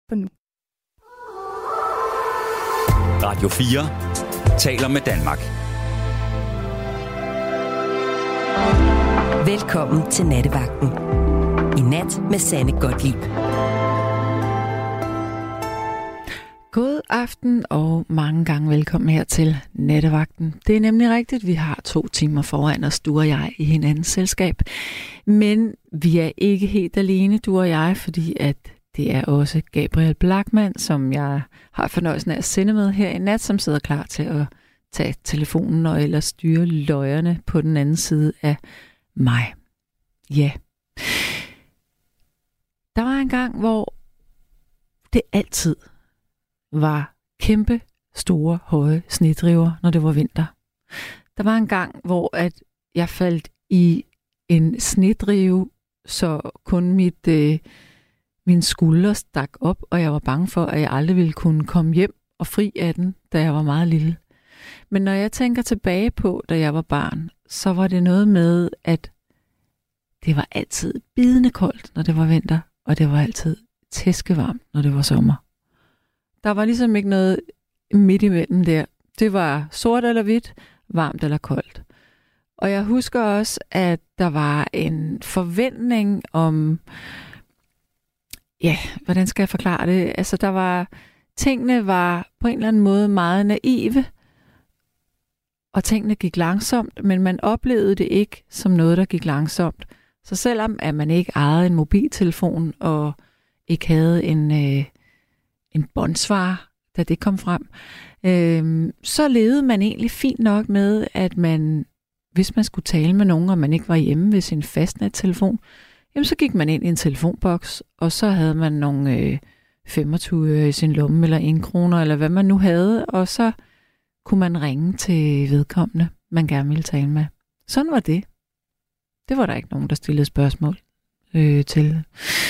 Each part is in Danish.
for nu. Radio 4 taler med Danmark. Velkommen til Nattevagten. I nat med Sanne Gottlieb. God aften og mange gange velkommen her til Nattevagten. Det er nemlig rigtigt, vi har 2 timer foran os, du og jeg, i hinandens selskab. Men vi er ikke helt alene, du og jeg, fordi at det er også Gabriel Blachmann, som jeg har fornøjelsen af at sende med her i nat, som sidder klar til at tage telefonen og ellers styre løjerne på den anden side af mig. Ja. Der var en gang, hvor det altid var kæmpe, store, høje snedriver, når det var vinter. Der var en gang, hvor at jeg faldt i en snedrive, så kun min skulder stak op, og jeg var bange for, at jeg aldrig ville kunne komme hjem og fri af den, da jeg var meget lille. Men når jeg tænker tilbage på, da jeg var barn, så var det noget med, at det var altid bidende koldt, når det var vinter, og det var altid tæskevarmt, når det var sommer. Der var ligesom ikke noget midt imellem der. Det var sort eller hvidt, varmt eller koldt. Og jeg husker også, at der var en forventning om, ja, hvordan skal jeg forklare det? Altså, tingene var på en eller anden måde meget naive, og tingene gik langsomt, men man oplevede det ikke som noget, der gik langsomt. Så selvom at man ikke ejede en mobiltelefon og ikke havde en båndsvarer, da det kom frem, så levede man egentlig fint nok med, at man, hvis man skulle tale med nogen, og man ikke var hjemme ved sin fastnettelefon, jamen så gik man ind i en telefonboks, og så havde man nogle 25 i sin lomme, eller 1 kroner, eller hvad man nu havde, og så kunne man ringe til vedkommende, man gerne ville tale med. Sådan var det. Det var der ikke nogen, der stillede spørgsmål til.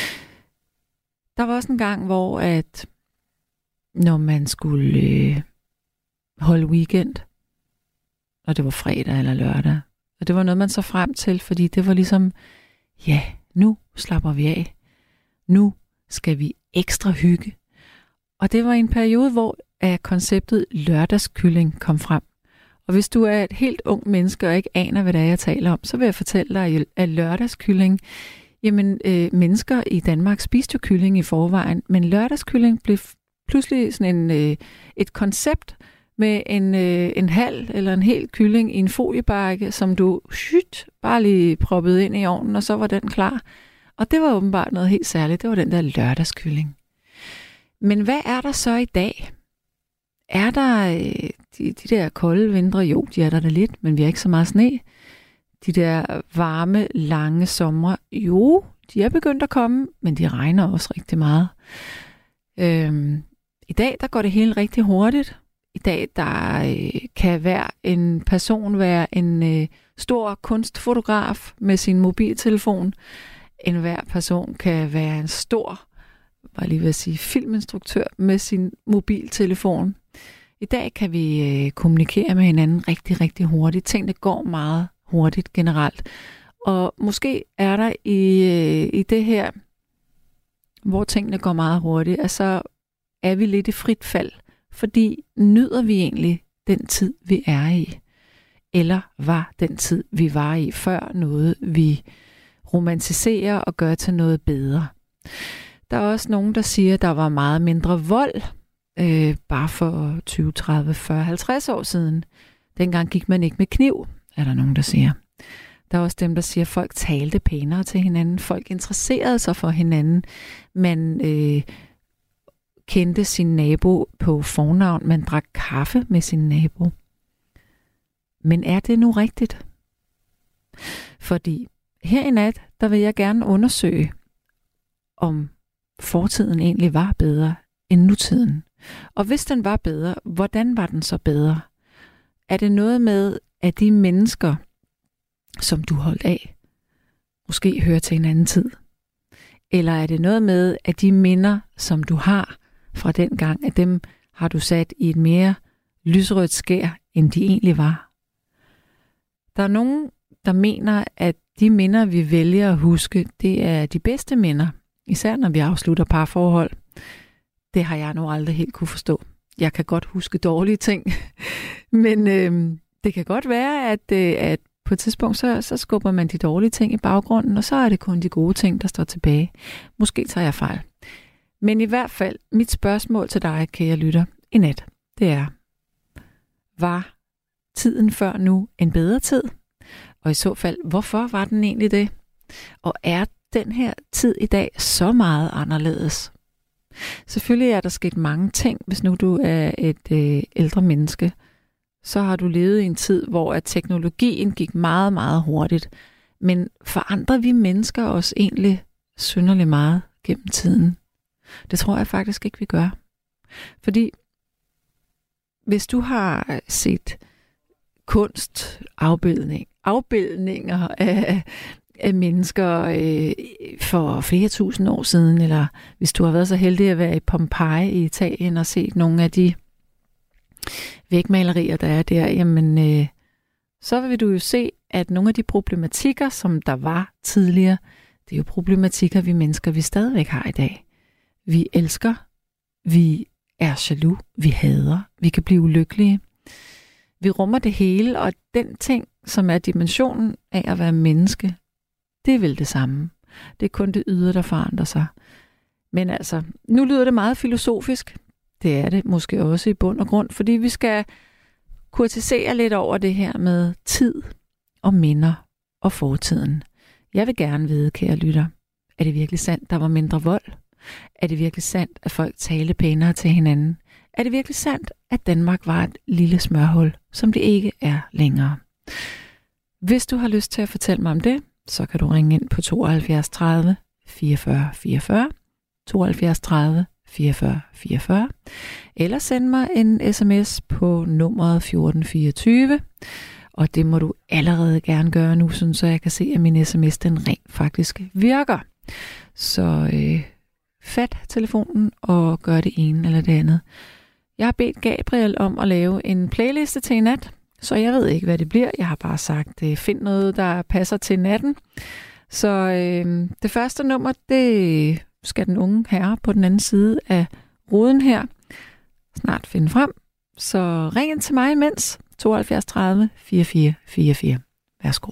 Der var også en gang, hvor at når man skulle holde weekend, og det var fredag eller lørdag, og det var noget, man så frem til, fordi det var ligesom, ja, nu slapper vi af. Nu skal vi ekstra hygge. Og det var en periode, hvor konceptet lørdagskylling kom frem. Og hvis du er et helt ung menneske og ikke aner, hvad det er, jeg taler om, så vil jeg fortælle dig, at lørdagskylling, jamen mennesker i Danmark spiste jo kylling i forvejen, men lørdagskylling blev pludselig sådan et koncept med en halv eller en hel kylling i en foliebakke, som du bare lige proppede ind i ovnen, og så var den klar. Og det var åbenbart noget helt særligt. Det var den der lørdagskylling. Men hvad er der så i dag? Er der de der kolde vintre? Jo, de er der lidt, men vi har ikke så meget sne. De der varme, lange somre, jo, de er begyndt at komme, men de regner også rigtig meget. I dag, der går det hele rigtig hurtigt. I dag, der kan hver en person være en stor kunstfotograf med sin mobiltelefon. Hver person kan være en stor, filminstruktør med sin mobiltelefon. I dag kan vi kommunikere med hinanden rigtig, rigtig hurtigt. Tingene går meget hurtigt generelt. Og måske er der i det her, hvor tingene går meget hurtigt, altså er vi lidt i frit fald. Fordi nyder vi egentlig den tid, vi er i? Eller var den tid, vi var i før, noget vi romantiserer og gør til noget bedre? Der er også nogen, der siger, at der var meget mindre vold bare for 20, 30, 40, 50 år siden. Dengang gik man ikke med kniv, er der nogen, der siger. Der er også dem, der siger, at folk talte pænere til hinanden. Folk interesserede sig for hinanden. Man kendte sin nabo på fornavn. Man drak kaffe med sin nabo. Men er det nu rigtigt? Fordi her i nat, der vil jeg gerne undersøge, om fortiden egentlig var bedre end nutiden. Og hvis den var bedre, hvordan var den så bedre? Er det noget med, at de mennesker, som du holdt af, måske hører til en anden tid? Eller er det noget med, at de minder, som du har fra den gang, at dem har du sat i et mere lyserødt skær, end de egentlig var? Der er nogen, der mener, at de minder, vi vælger at huske, det er de bedste minder. Især når vi afslutter parforhold. Det har jeg nu aldrig helt kunne forstå. Jeg kan godt huske dårlige ting, men det kan godt være, at på et tidspunkt, så skubber man de dårlige ting i baggrunden, og så er det kun de gode ting, der står tilbage. Måske tager jeg fejl. Men i hvert fald, mit spørgsmål til dig, kære lytter, i nat, det er, var tiden før nu en bedre tid? Og i så fald, hvorfor var den egentlig det? Og er den her tid i dag så meget anderledes? Selvfølgelig er der sket mange ting, hvis nu du er et ældre menneske. Så har du levet i en tid, hvor at teknologien gik meget, meget hurtigt. Men forandrer vi mennesker os egentlig synderligt meget gennem tiden? Det tror jeg faktisk ikke, vi gør. Fordi hvis du har set afbildninger af mennesker for flere tusind år siden, eller hvis du har været så heldig at være i Pompeji i Italien og set nogle af de vægmalerier, der er der, jamen så vil du jo se, at nogle af de problematikker, som der var tidligere, det er jo problematikker, vi mennesker, vi stadigvæk har i dag. Vi elsker, vi er jaloux, vi hader, vi kan blive ulykkelige. Vi rummer det hele, og den ting, som er dimensionen af at være menneske, det er vel det samme. Det er kun det ydre, der forandrer sig. Men altså, nu lyder det meget filosofisk. Det er det måske også i bund og grund, fordi vi skal kurtisere lidt over det her med tid og minder og fortiden. Jeg vil gerne vide, kære lytter, er det virkelig sandt, der var mindre vold? Er det virkelig sandt, at folk talte pænere til hinanden? Er det virkelig sandt, at Danmark var et lille smørhul, som det ikke er længere? Hvis du har lyst til at fortælle mig om det, så kan du ringe ind på 72 30 44 44, 72 30 44 44, eller send mig en sms på nummeret 1424, og det må du allerede gerne gøre nu, så jeg kan se, at min sms den rent faktisk virker. Så fat telefonen og gør det ene eller det andet. Jeg har bedt Gabriel om at lave en playliste til i nat, så jeg ved ikke, hvad det bliver. Jeg har bare sagt, find noget, der passer til natten. Så det første nummer, det skal den unge herre på den anden side af ruden her snart finde frem. Så ring ind til mig imens. 72 30 44 44. Værsgo.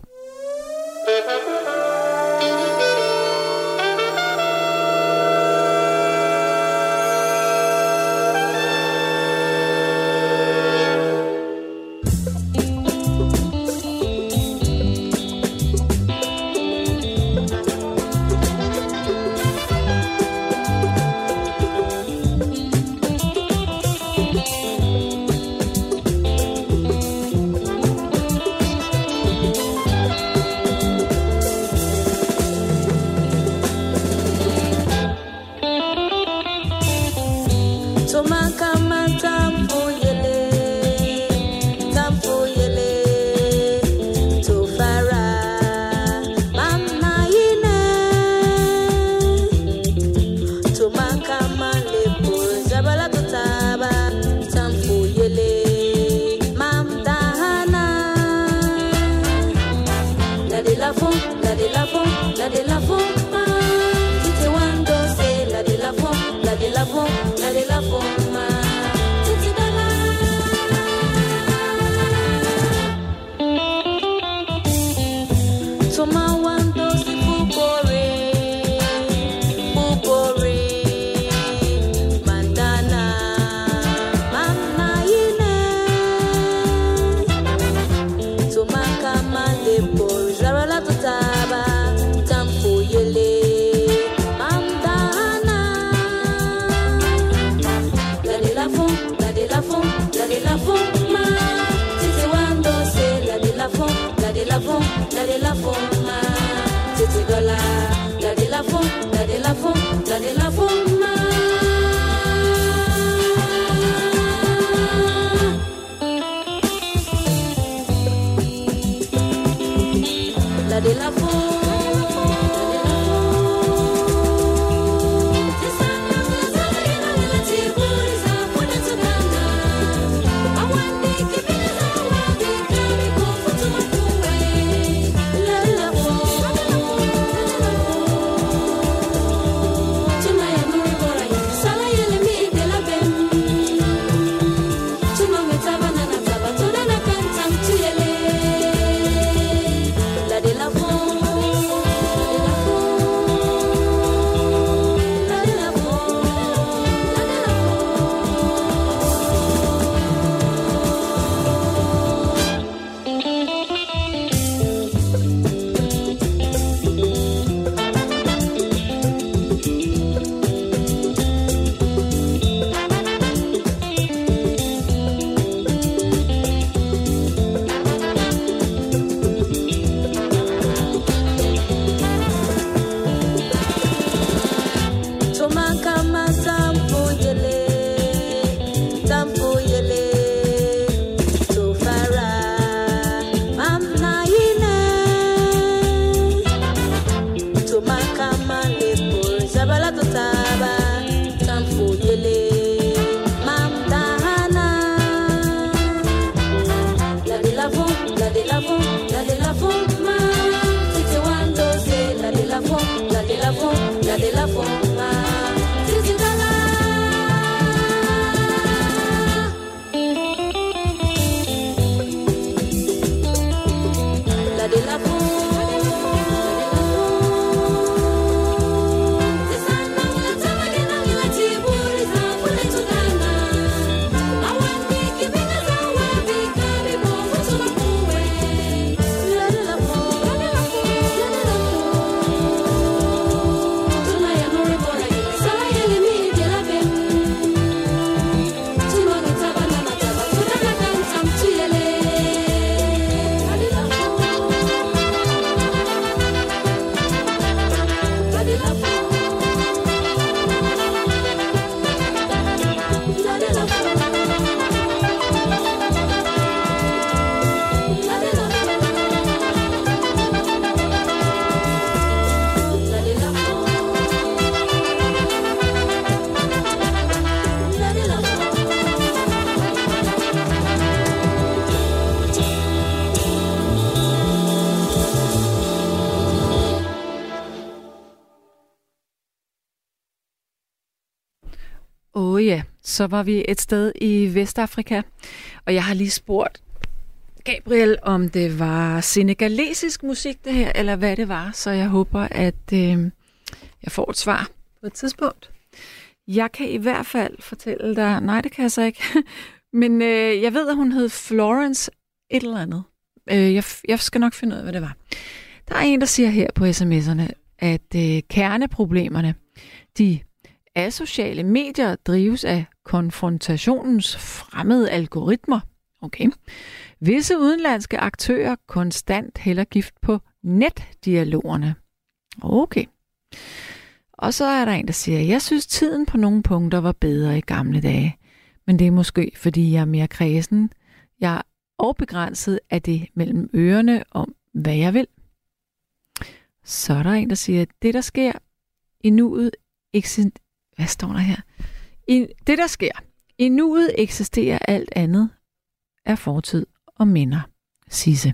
Ja, så var vi et sted i Vestafrika, og jeg har lige spurgt Gabriel, om det var senegalesisk musik det her, eller hvad det var, så jeg håber, at jeg får et svar på et tidspunkt. Jeg kan i hvert fald fortælle dig, nej det kan jeg så ikke, men jeg ved, at hun hed Florence et eller andet. Jeg skal nok finde ud af, hvad det var. Der er en, der siger her på sms'erne, at kerneproblemerne, de asociale medier drives af konfrontationens fremmede algoritmer. Okay. Visse udenlandske aktører konstant hælder gift på netdialogerne. Okay. Og så er der en, der siger, jeg synes tiden på nogle punkter var bedre i gamle dage. Men det er måske, fordi jeg er mere kredsen. Jeg er begrænset af det mellem ørerne om, hvad jeg vil. Så er der en, der siger, at det, der sker i nuet, hvad står der her? Det, der sker i nuet, eksisterer alt andet af fortid og minder. Sisse.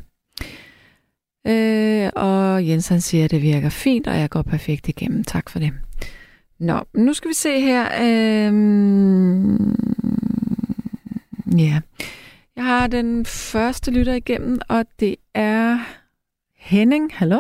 Og Jens han siger, at det virker fint, og jeg går perfekt igennem. Tak for det. Nå, nu skal vi se her. Ja. Jeg har den første lytter igennem, og det er Henning. Hallo?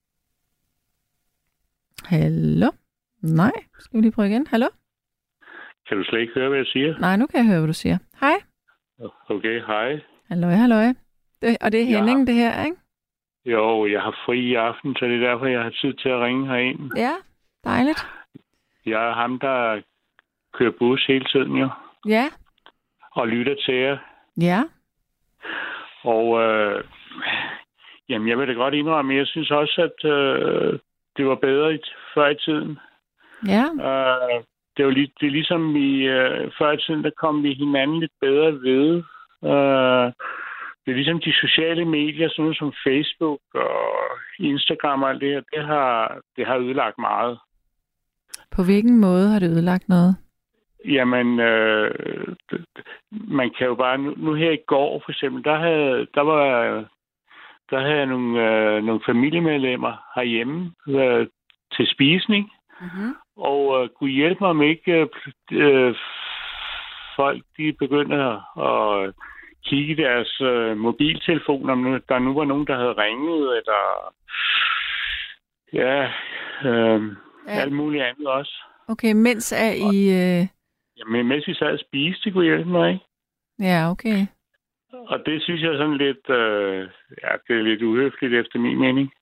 Hallo? Nej, skal vi lige prøve igen. Hallo? Kan du slet ikke høre, hvad jeg siger? Nej, nu kan jeg høre, hvad du siger. Hej. Okay, hej. Halløj. Og det er Henning, det her, ikke? Jo, jeg har fri i aften, så det er derfor, jeg har tid til at ringe herind. Ja, dejligt. Jeg er ham, der kører bus hele tiden, jo. Ja. Og lytter til jer. Ja. Og jamen, jeg vil da godt indrømme, jeg synes også, at det var bedre før i tiden. Ja. Det er ligesom før i tiden, der kom vi hinanden lidt bedre ved. Det er ligesom de sociale medier, sådan som Facebook og Instagram og alt det her, det har ødelagt meget. På hvilken måde har det ødelagt noget? Jamen, man kan jo bare... Nu her i går, for eksempel, der havde jeg nogle familiemedlemmer herhjemme til spisning. Mm-hmm. Og kunne hjælpe mig, om ikke folk de begyndte at kigge i deres mobiltelefoner, om der nu var nogen, der havde ringet, eller alt muligt andet også. Okay, mens er I... Jamen, mens vi sad og spiste, det kunne hjælpe mig, ikke? Ja, okay. Og det synes jeg sådan lidt... det er lidt uhøfligt efter min mening.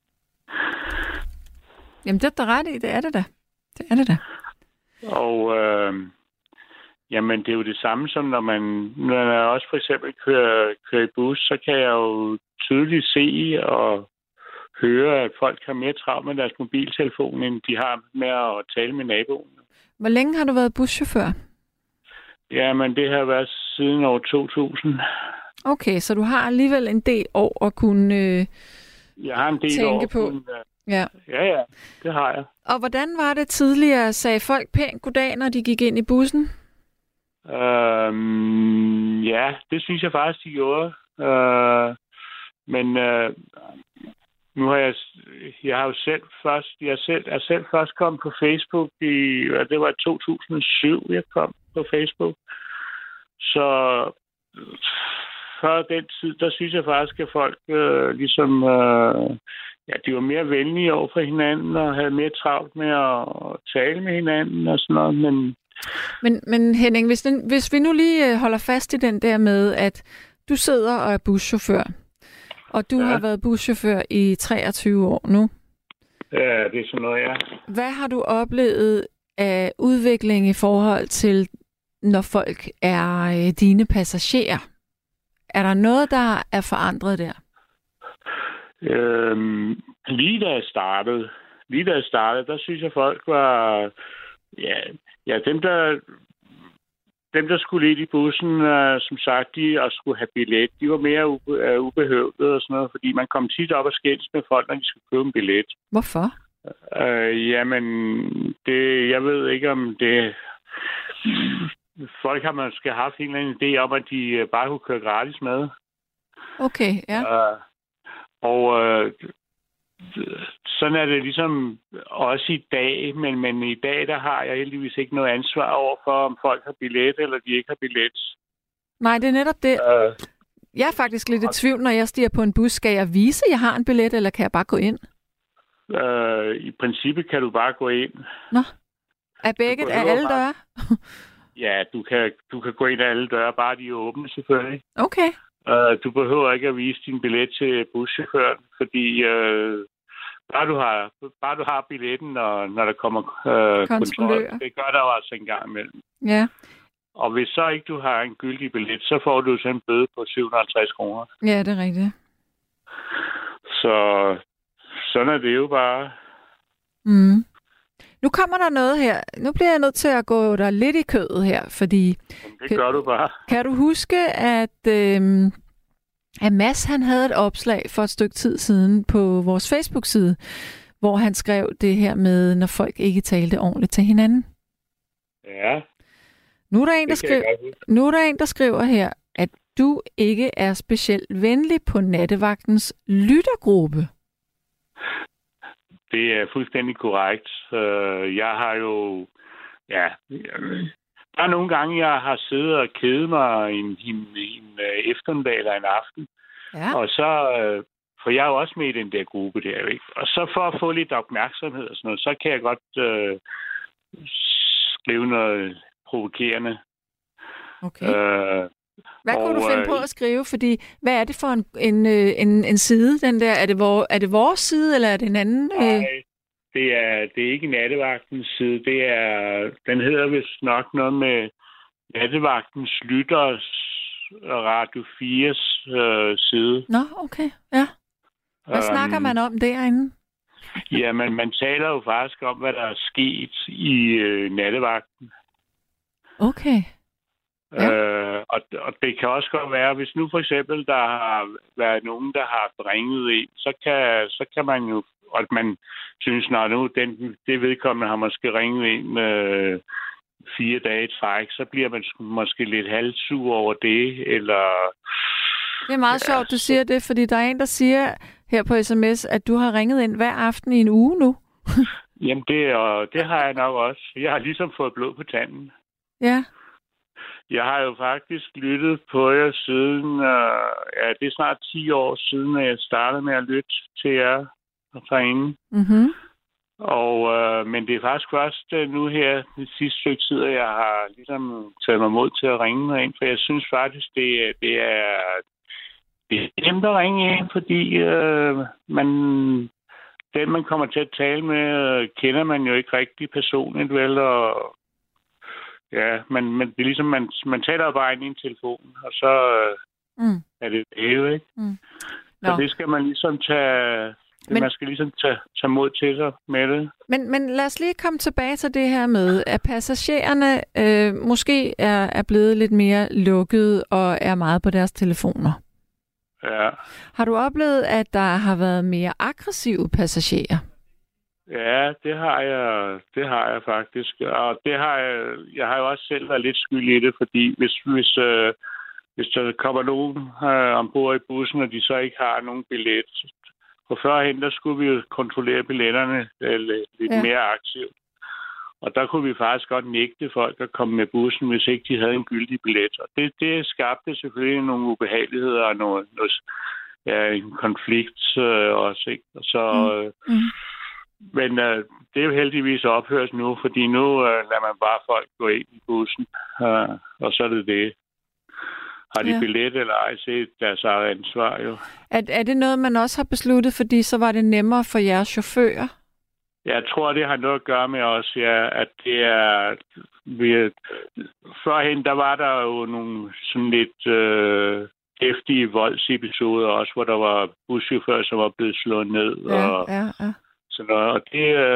Jamen, det er da ret i. Det er det da. Det er det da. Og jamen, det er jo det samme som, når jeg også for eksempel kører i bus, så kan jeg jo tydeligt se og høre, at folk har mere travlt med deres mobiltelefon, end de har med at tale med naboen. Hvor længe har du været buschauffør? Jamen, det har været siden år 2000. Okay, så du har alligevel en del år at kunne jeg har en del tænke på. Ja, det har jeg. Og hvordan var det tidligere? Sagde folk pænt goddag, når de gik ind i bussen? Ja, det synes jeg faktisk, de gjorde. Men nu har jeg har jo selv først kommet på Facebook det var i 2007, jeg kom på Facebook. Så før den tid, der synes jeg faktisk, at folk de var mere venlige over for hinanden, og havde mere travlt med at tale med hinanden og sådan noget, Men Henning, hvis vi nu lige holder fast i den der med, at du sidder og er buschauffør, og du har været buschauffør i 23 år nu. Ja, det er sådan noget, ja. Hvad har du oplevet af udvikling i forhold til, når folk er dine passagerer? Er der noget, der er forandret der? Lige da jeg startede, der synes jeg, folk var... Dem, der skulle ind i bussen, som sagt, og skulle have billet, de var mere ubehøvlede og sådan noget, fordi man kom tit op og skændes med folk, når de skulle købe en billet. Hvorfor? Jamen, jeg ved ikke, om det... Folk har måske haft en eller anden idé om, at de bare kunne køre gratis med. Okay, ja. sådan er det ligesom også i dag, men i dag, der har jeg heldigvis ikke noget ansvar over for, om folk har billet, eller de ikke har billet. Nej, det er netop det. Jeg er faktisk lidt i tvivl, når jeg stiger på en bus. Skal jeg vise, at jeg har en billet, eller kan jeg bare gå ind? I princippet kan du bare gå ind. Nå, er alle døre? Ja, du kan gå ind af alle døre, bare de er åbne selvfølgelig. Okay. Du behøver ikke at vise din billet til buschaufføren, fordi bare du har billetten, når der kommer kontrol. Det gør der jo altså en gang imellem. Ja. Og hvis så ikke du har en gyldig billet, så får du sådan en bøde på 750 kroner. Ja, det er rigtigt. Så sådan er det jo bare. Mm. Nu kommer der noget her. Nu bliver jeg nødt til at gå der lidt i kødet her, fordi... Jamen, det gør du bare. Kan du huske, at Mads han havde et opslag for et stykke tid siden på vores Facebook-side, hvor han skrev det her med, når folk ikke talte ordentligt til hinanden? Ja. Nu er der en, der skriver her, at du ikke er specielt venlig på nattevagtens lyttergruppe. Det er fuldstændig korrekt. Jeg har jo... Ja, der er nogle gange, jeg har siddet og kedet mig en eftermiddag eller en aften. Ja. Og så... For jeg er jo også med i den der gruppe der, ikke? Og så for at få lidt opmærksomhed og sådan noget, så kan jeg godt skrive noget provokerende. Okay. Hvad kunne du finde på at skrive? Fordi, hvad er det for en side, den der? Er det vores side, eller er det en anden? Nej, det er ikke nattevagtens side. Den hedder vist nok noget med nattevagtens lytters Radio 4's side. Nå, okay. Ja. Hvad snakker man om derinde? Ja, man taler jo faktisk om, hvad der er sket i nattevagten. Okay. Ja. Og det kan også godt være, hvis nu for eksempel der har været nogen, der har ringet ind, så kan man jo, og man synes, nu det vedkommende har måske ringet ind 4 dage træk, så bliver man måske lidt halvsur over det, eller... Det er meget sjovt, du siger det, fordi der er en, der siger her på sms, at du har ringet ind hver aften i en uge nu. Jamen, det har jeg nok også. Jeg har ligesom fået blod på tanden. Ja. Jeg har jo faktisk lyttet på jer siden, det er snart 10 år siden, at jeg startede med at lytte til jer herinde. Mhm. Men det er faktisk først nu her, det sidste stykke tid, at jeg har ligesom taget mig mod til at ringe ind, for jeg synes faktisk, det er nemt at ringe ind, fordi den, man kommer til at tale med, kender man jo ikke rigtig personligt, vel, og ja, men det er ligesom, man taler jo bare ind i en telefon, og så er det jo, ikke? Mm. Så det skal man ligesom tage... Man skal ligesom tage mod til sig med det. Men lad os lige komme tilbage til det her med, at passagererne måske er blevet lidt mere lukkede og er meget på deres telefoner. Ja. Har du oplevet, at der har været mere aggressive passagerer? Ja, det har jeg faktisk. Og jeg har jo også selv været lidt skyld i det, fordi hvis der kommer nogen ombord i bussen, og de så ikke har nogen billet, og førhen, der skulle vi jo kontrollere billetterne lidt mere aktivt. Og der kunne vi faktisk godt nægte folk at komme med bussen, hvis ikke de havde en gyldig billet. Og det skabte selvfølgelig nogle ubehageligheder og en konflikt også, ikke? Og så, men det er jo heldigvis ophørt nu, fordi nu lader man bare folk gå ind i bussen, og så er det det. Har de billet eller ej, så er deres eget ansvar jo. Er det noget, man også har besluttet, fordi så var det nemmere for jeres chauffører? Jeg tror, det har noget at gøre med os, ja, at det er... Førhen, der var der jo nogle sådan lidt heftige voldsepisoder også, hvor der var buschauffører, som var blevet slået ned. Ja. Sådan noget. Og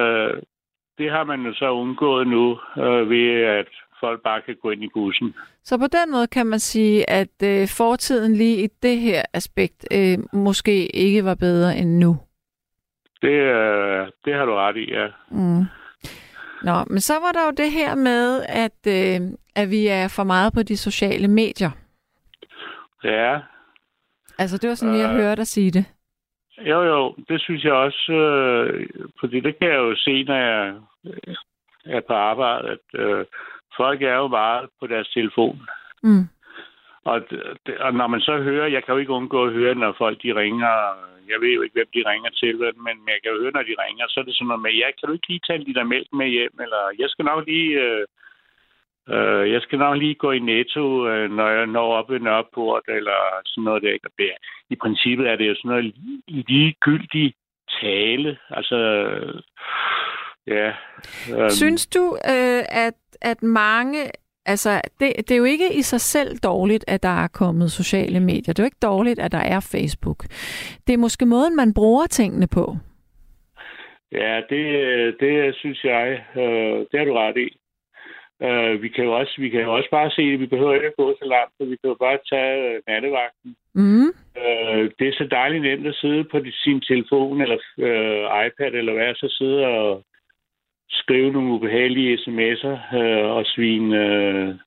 det har man jo så undgået nu ved, at folk bare kan gå ind i bussen. Så på den måde kan man sige, at fortiden lige i det her aspekt måske ikke var bedre end nu. Det har du ret i, ja. Mm. Nå, men så var der jo det her med, at vi er for meget på de sociale medier. Ja. Altså, det var sådan, jeg hørte dig sige det. Jo, det synes jeg også, fordi det kan jeg jo se, når jeg er på arbejde, at folk er jo meget på deres telefon. Mm. Og når man så hører, jeg kan jo ikke undgå at høre, når folk de ringer, jeg ved jo ikke, hvem de ringer til, men jeg kan jo høre, når de ringer, så er det sådan noget med, ja, kan du ikke lige tage en liter mælk med hjem, eller jeg skal nok lige gå i Netto, når jeg når op ved Nørreport, eller sådan noget der. I princippet er det jo sådan noget ligegyldig tale. Altså, ja. Synes du, at mange... Altså, det er jo ikke i sig selv dårligt, at der er kommet sociale medier. Det er jo ikke dårligt, at der er Facebook. Det er måske måden, man bruger tingene på. Ja, det synes jeg. Det har du ret i. Vi kan jo også bare se det. Vi behøver ikke at gå så langt, for vi kan jo bare tage nattevagten. Mm. Det er så dejligt nemt at sidde på sin telefon eller iPad eller hvad, så sidde og skrive nogle ubehagelige sms'er og svine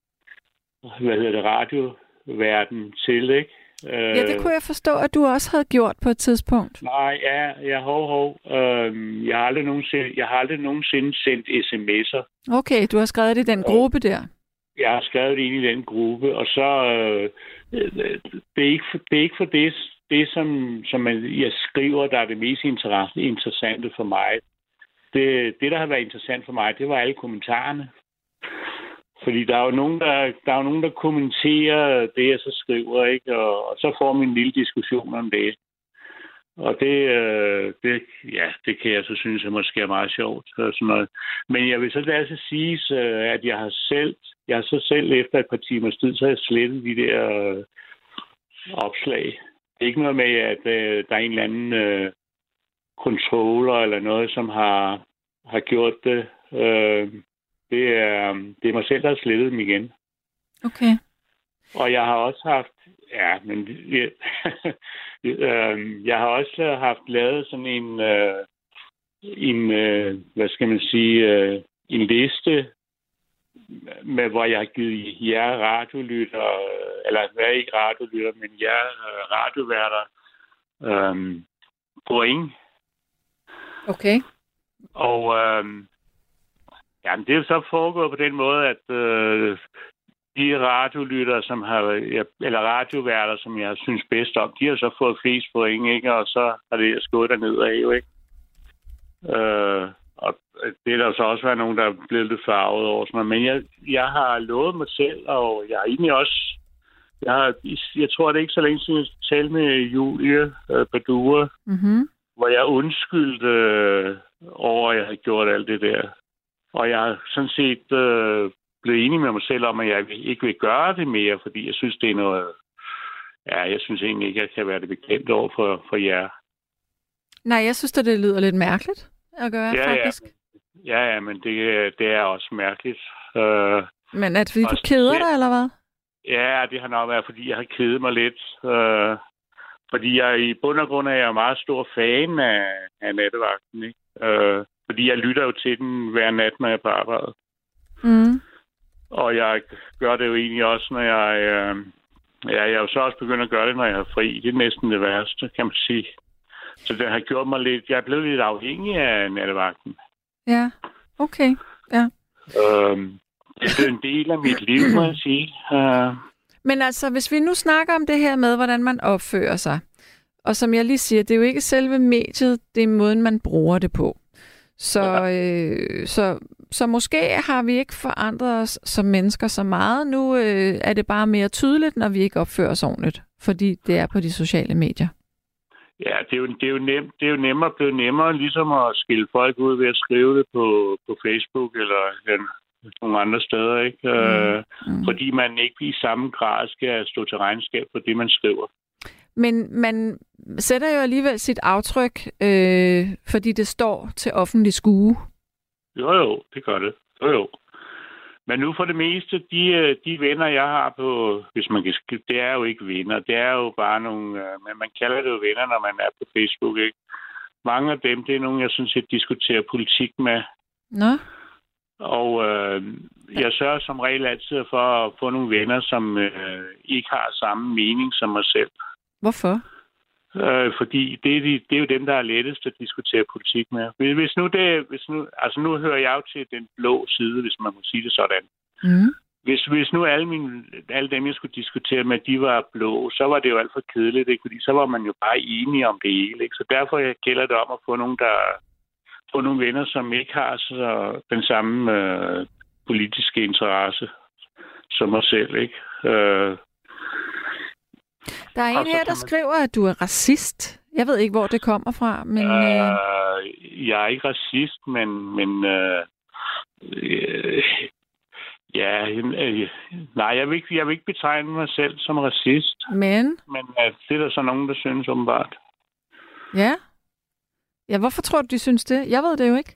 radioverden til, ikke? Ja, det kunne jeg forstå, at du også havde gjort på et tidspunkt. Nej, ja, hov. Jeg har aldrig nogensinde sendt sms'er. Okay, du har skrevet det i den gruppe der. Jeg har skrevet det ind i den gruppe, og så det er ikke for det som jeg skriver, der er det mest interessante for mig. Det, der har været interessant for mig, det var alle kommentarerne. Fordi der er jo nogen, der kommenterer det, jeg så skriver, ikke? Og så får vi en lille diskussion om det. Og det kan jeg så synes, at måske er meget sjovt. Og sådan noget. Men jeg vil så altså sige, at jeg har så selv efter et par timers tid, så har jeg slettet de der opslag. Det er ikke noget med, at der er en eller anden controller eller noget, som har gjort det. Det er mig selv, der har slettet dem igen. Okay. Og jeg har også haft... Ja, men... jeg har også haft lavet sådan en hvad skal man sige... en liste, med, hvor jeg har givet jer radiolytter, eller hvad ikke radiolytter, men jer radioværter point. Okay. Og jamen, det er jo så foregået på den måde, at de radiolytter, som eller radioværter, som jeg synes bedst om, de har så fået flest point, ikke? Og så har det skået derned af, jo, ikke? Og det er der så også været nogen, der er blevet lidt farvet over sådan noget. Men jeg har lovet mig selv, og jeg har egentlig også... Jeg tror, det er ikke så længe siden, jeg talte med Julie Badura, hvor jeg undskyldte over, at jeg havde gjort alt det der. Og jeg har sådan set blevet enig med mig selv om, at jeg ikke vil gøre det mere, fordi jeg synes, det er noget... Ja, jeg synes egentlig ikke, at jeg kan være det bekendt over for jer. Nej, jeg synes, det lyder lidt mærkeligt at gøre, faktisk. Ja, men det er også mærkeligt. Men er det, fordi du keder dig, eller hvad? Ja, det har nok været, fordi jeg har kedet mig lidt. Fordi jeg i bund og grund er jeg meget stor fan af nattevagten, ikke? Fordi jeg lytter jo til den hver nat, når jeg er på arbejde. Mm. Og jeg gør det jo egentlig også, når jeg er jo så også begyndt at gøre det, når jeg har fri. Det er næsten det værste, kan man sige. Så det har gjort mig lidt... Jeg er blevet lidt afhængig af nattevagten. Ja, okay. Ja. Det er en del af mit liv, må jeg sige. Men altså, hvis vi nu snakker om det her med, hvordan man opfører sig, og som jeg lige siger, det er jo ikke selve mediet, det er måden, man bruger det på. Så måske har vi ikke forandret os som mennesker så meget. Nu er det bare mere tydeligt, når vi ikke opfører os ordentligt, fordi det er på de sociale medier. Ja, det er jo nemmere ligesom at skille folk ud ved at skrive det på Facebook eller nogle andre steder, ikke? Fordi man ikke i samme grad skal stå til regnskab for det, man skriver. Men man sætter jo alligevel sit aftryk, fordi det står til offentlig skue. Jo, det gør det. Jo. Men nu for det meste, de venner, jeg har på, hvis man kan skrive, det er jo ikke venner. Det er jo bare nogle, men man kalder det jo venner, når man er på Facebook, ikke? Mange af dem, det er nogle, jeg sådan set diskuterer politik med. Nå. Og jeg sørger som regel altid for at få nogle venner, som ikke har samme mening som mig selv. Hvorfor? Fordi det er jo dem, der er lettest at diskutere politik med. Altså nu hører jeg jo til den blå side, hvis man må sige det sådan. Mm. Hvis nu alle dem, jeg skulle diskutere med, de var blå, så var det jo alt for kedeligt, ikke? Fordi så var man jo bare enige om det hele, ikke? Så derfor gælder det om at få nogle venner, som ikke har så den samme politiske interesse som mig selv, ikke? Der er en her, der skriver, at du er racist. Jeg ved ikke, hvor det kommer fra, men... Jeg er ikke racist, men nej, jeg vil ikke betegne mig selv som racist. Men det er der så nogen, der synes åbenbart. Ja? Ja, hvorfor tror du, de synes det? Jeg ved det jo ikke.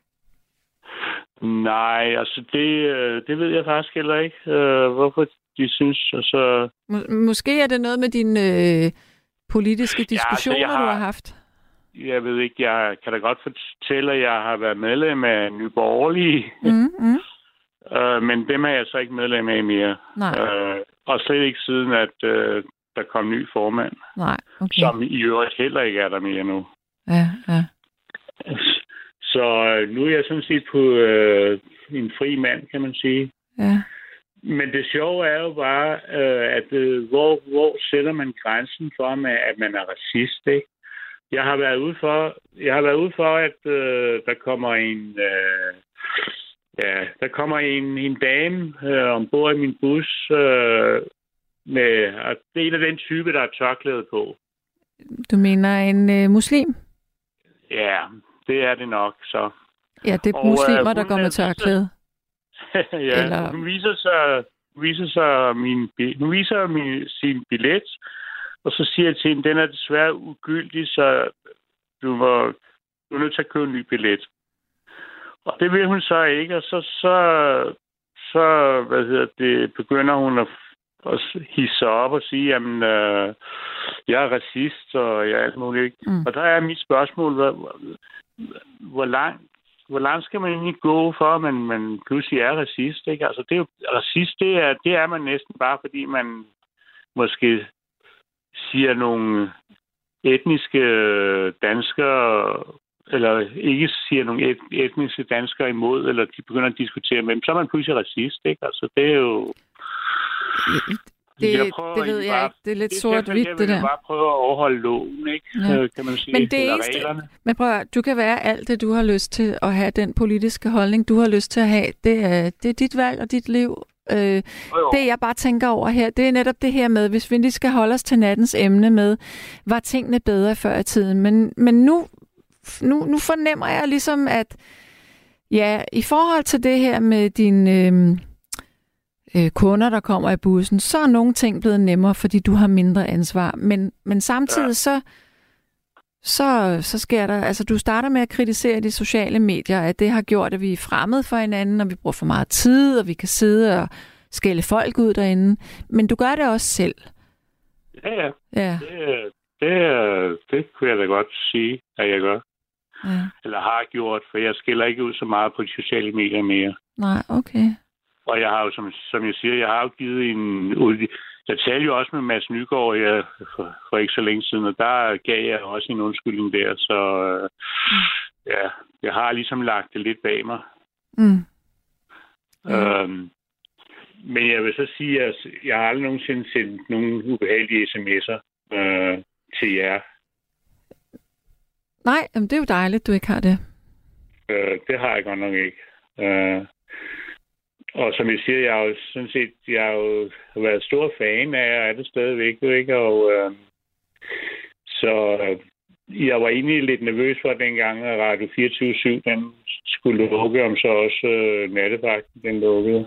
Nej, altså det ved jeg faktisk heller ikke. Hvorfor de synes, altså... Måske er det noget med dine politiske diskussioner, du har haft. Jeg ved ikke, jeg kan da godt fortælle, at jeg har været medlem af Nye Borgerlige. Men dem er jeg så ikke medlem af mere. Og slet ikke siden, at der kom ny formand. Nej, okay. Som i øvrigt heller ikke er der mere nu. Ja. Så nu er jeg sådan set på en fri mand, kan man sige. Ja. Men det sjove er jo bare, at hvor sætter man grænsen for, at man er racist, ikke? Jeg har været ude for, at der kommer en dame ombord i min bus med, og det er en af den type, der er tørklæde på. Du mener en muslim? Ja, det er det nok, så. Ja, det er muslimer, der går med tørklæde. Ja, eller... hun viser sin billet, og så siger jeg til hende, den er desværre ugyldig, så du er nødt til at købe en ny billet. Og det vil hun så ikke, og så begynder hun at hisse sig op og sige, jamen, jeg er racist, og jeg er alt muligt. Og der er mit spørgsmål, hvor langt skal man egentlig gå for, at man pludselig er racist, ikke? Altså, det er jo, racist, det er man næsten bare, fordi man måske siger nogle etniske danskere, eller ikke siger nogle etniske danskere imod, eller de begynder at diskutere med dem, så er man pludselig racist, ikke? Altså, det er jo... Det ved jeg ikke. Det er lidt sort-hvidt, det der. Jeg vil bare prøve at overholde loven, ikke? Ja. Kan man sige. Men det eneste... Men prøv at, du kan være alt det, du har lyst til at have, den politiske holdning, du har lyst til at have. Det er dit valg og dit liv. Det, jeg bare tænker over her, det er netop det her med, hvis vi lige skal holde os til nattens emne med, var tingene bedre før i tiden. Men nu fornemmer jeg ligesom, at ja, i forhold til det her med dine kunder, der kommer i bussen, så er nogle ting blevet nemmere, fordi du har mindre ansvar. Men samtidig så sker der, altså du starter med at kritisere de sociale medier, at det har gjort, at vi er fremmede for hinanden, og vi bruger for meget tid, og vi kan sidde og skælde folk ud derinde. Men du gør det også selv. Ja. Det kunne jeg da godt sige, at jeg gør. Ja. Eller har gjort, for jeg skælder ikke ud så meget på de sociale medier mere. Nej, okay. Og jeg har jo, som jeg siger, jeg har jo givet en... Jeg talte jo også med Mads Nygaard for ikke så længe siden, og der gav jeg også en undskyldning der, så ja, jeg har ligesom lagt det lidt bag mig. Men jeg vil så sige, at jeg har aldrig nogensinde sendt nogle ubehagelige sms'er til jer. Nej, det er jo dejligt, du ikke har det. Det har jeg godt nok ikke. Og som jeg siger, jeg har jo været stor fan af, og er det stadigvæk, ikke? Og så jeg var egentlig lidt nervøs for dengang, at Radio 24/7 den skulle lukke, om så også nattevagten den lukkede.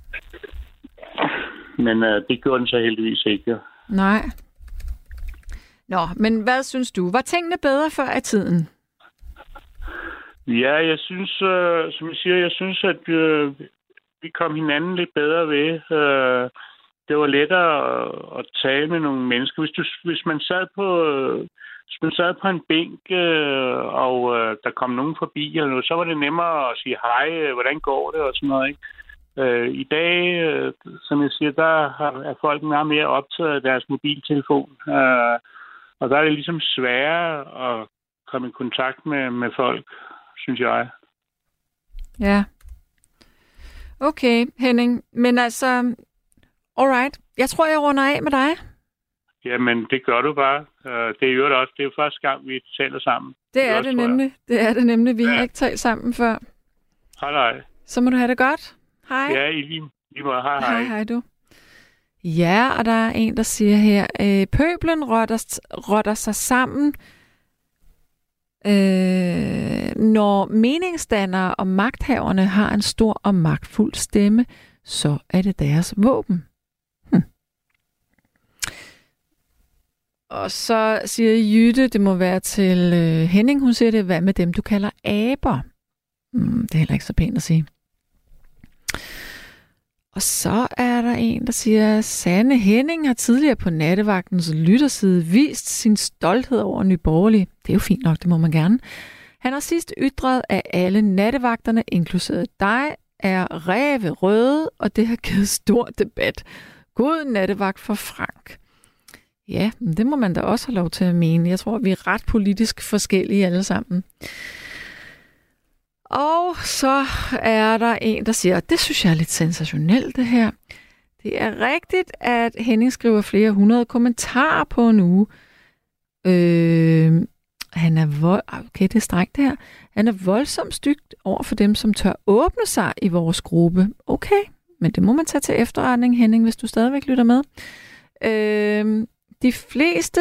Men det gjorde den så heldigvis ikke. Nej. Nå, men hvad synes du? Var tingene bedre før i tiden? Ja, jeg synes, som jeg siger, at vi kom hinanden lidt bedre ved. Det var lettere at tale med nogle mennesker. Hvis man sad på en bænk, og der kom nogen forbi eller noget, så var det nemmere at sige hej, hvordan går det og sådan noget, ikke? I dag, som jeg siger, der er folk meget mere optaget af deres mobiltelefon. Og der er det ligesom sværere at komme i kontakt med folk, synes jeg. Ja. Okay, Henning. Men altså, alright. Jeg tror, jeg runder af med dig. Jamen, det gør du bare. Det er jo også. Det er jo første gang, vi taler sammen. Det er det nemlig. Det er det nemlig. Vi har ikke talt sammen før. Hej. Så må du have det godt. Hej. Ja, i lige måde. Hej. Hej du. Ja, og der er en, der siger her, pøblen rotter sig sammen, når meningsdannere og magthaverne har en stor og magtfuld stemme, så er det deres våben. Og så siger Jytte, det må være til Henning, hun siger det, hvad med dem, du kalder aber? Det er heller ikke så pænt at sige. Og så er der en, der siger, Sanne Henning har tidligere på nattevagtens lytterside vist sin stolthed over Nye Borgerlige. Det er jo fint nok, det må man gerne. Han har sidst ytret, at alle nattevagterne, inklusive dig, er ræve røde, og det har givet stor debat. God nattevagt for Frank. Ja, det må man da også have lov til at mene. Jeg tror, vi er ret politisk forskellige alle sammen. Og så er der en, der siger, det synes jeg er lidt sensationelt det her. Det er rigtigt, at Henning skriver flere 100 kommentarer på en uge. Han er okay, det er strengt det her. Han er voldsomt stygt over for dem, som tør åbne sig i vores gruppe. Okay, men det må man tage til efterretning, Henning, hvis du stadigvæk lytter med. De fleste...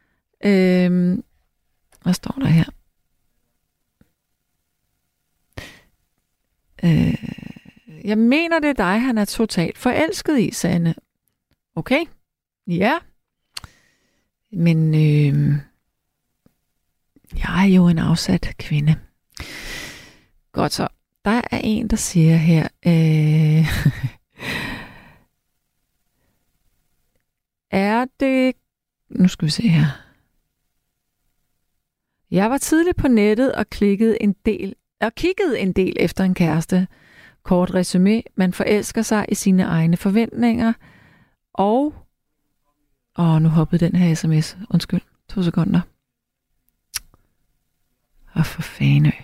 hvad står der her? Jeg mener, det er dig, han er totalt forelsket i, Sanne. Okay, ja. Men jeg er jo en afsat kvinde. Godt så. Der er en, der siger her... er det... Nu skal vi se her. Jeg var tidligt på nettet og kiggede en del efter en kæreste. Kort resumé. Man forelsker sig i sine egne forventninger. Og... nu hoppede den her sms. Undskyld. 2 sekunder. For fane.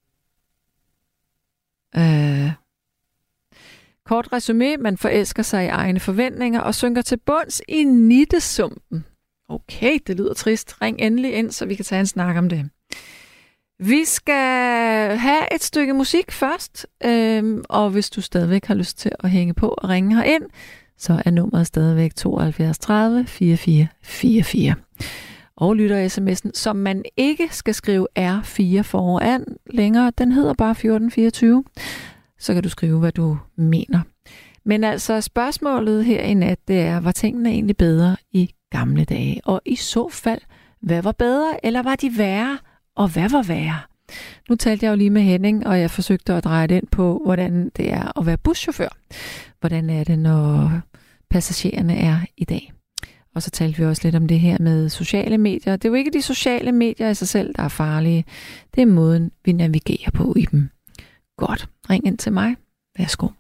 Kort resumé. Man forelsker sig i egne forventninger og synker til bunds i nittesumpen. Okay, det lyder trist. Ring endelig ind, så vi kan tage en snak om det. Vi skal have et stykke musik først, og hvis du stadigvæk har lyst til at hænge på og ringe herind, så er nummeret stadigvæk 72 30 44 44. Og lytter sms'en, som man ikke skal skrive R4 foran længere, den hedder bare 1424. Så kan du skrive, hvad du mener. Men altså spørgsmålet her i nat, det er, var tingene egentlig bedre i gamle dage? Og i så fald, hvad var bedre, eller var de værre? Og hvad var værre? Nu talte jeg jo lige med Henning, og jeg forsøgte at dreje det ind på, hvordan det er at være buschauffør. Hvordan er det, når passagererne er i dag? Og så talte vi også lidt om det her med sociale medier. Det er jo ikke de sociale medier i sig selv, der er farlige. Det er måden, vi navigerer på i dem. Godt. Ring ind til mig. Værsgo.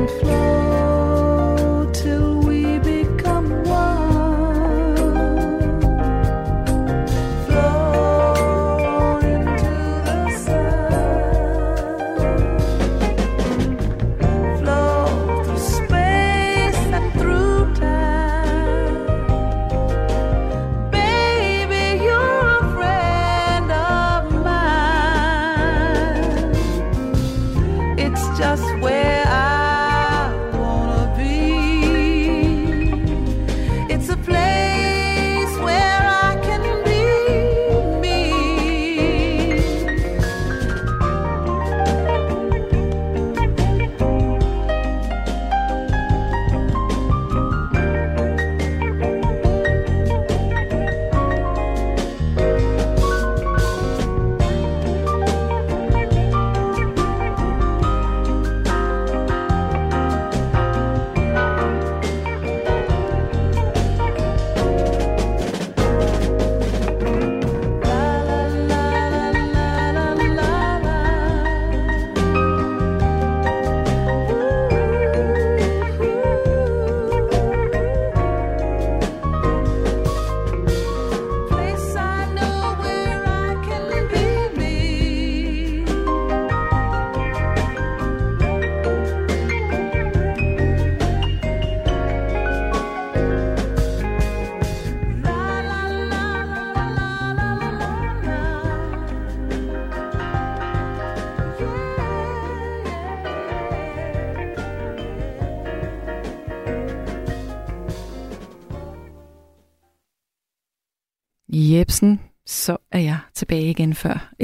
Jebsen, så er jeg tilbage igen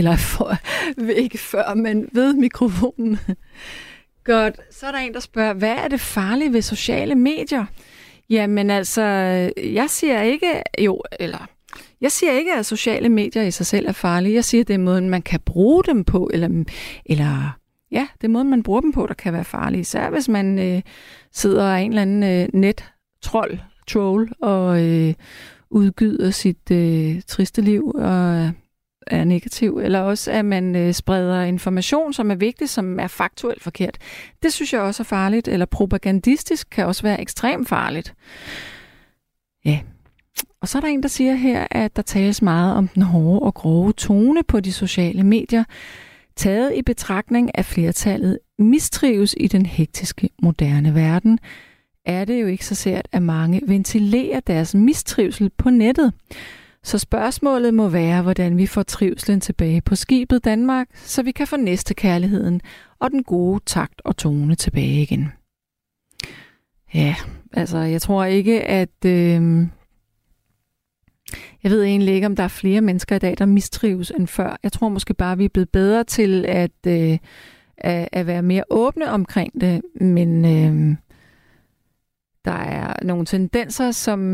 ikke før, men ved mikrofonen. Godt, så er der en, der spørger, hvad er det farlige ved sociale medier? Jamen altså, jeg siger ikke, at sociale medier i sig selv er farlige. Jeg siger, at det er måden, man kan bruge dem på, eller ja, det er måden, man bruger dem på, der kan være farlige. Især hvis man sidder af en eller anden net-troll og udgyder sit triste liv og er negativ, eller også at man spreder information, som er vigtig, som er faktuelt forkert. Det synes jeg også er farligt, eller propagandistisk kan også være ekstremt farligt. Ja. Og så er der en, der siger her, at der tales meget om den hårde og grove tone på de sociale medier, taget i betragtning af flertallet mistrives i den hektiske moderne verden, er det jo ikke så sært, at mange ventilerer deres mistrivsel på nettet. Så spørgsmålet må være, hvordan vi får trivslen tilbage på skibet Danmark, så vi kan få næstekærligheden og den gode takt og tone tilbage igen. Ja, altså jeg tror ikke, at... Jeg ved egentlig ikke, om der er flere mennesker i dag, der mistrives end før. Jeg tror måske bare, vi er blevet bedre til at være mere åbne omkring det, men der er nogle tendenser,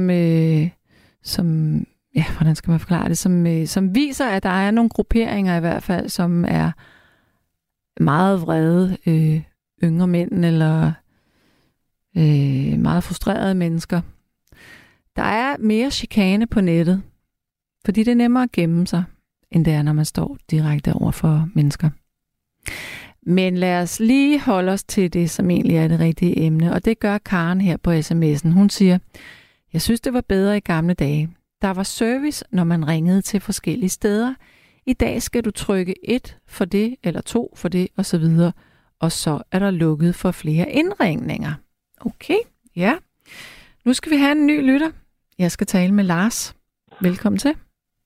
som ja, hvordan skal man forklare det, som viser, at der er nogle grupperinger i hvert fald, som er meget vrede yngre mænd eller meget frustrerede mennesker. Der er mere chikane på nettet, fordi det er nemmere at gemme sig, end det er, når man står direkte over for mennesker. Men lad os lige holde os til det, som egentlig er det rigtige emne, og det gør Karen her på sms'en. Hun siger, jeg synes, det var bedre i gamle dage. Der var service, når man ringede til forskellige steder. I dag skal du trykke 1 for det, eller 2 for det, osv. Og så er der lukket for flere indringninger. Okay, ja. Nu skal vi have en ny lytter. Jeg skal tale med Lars. Velkommen til.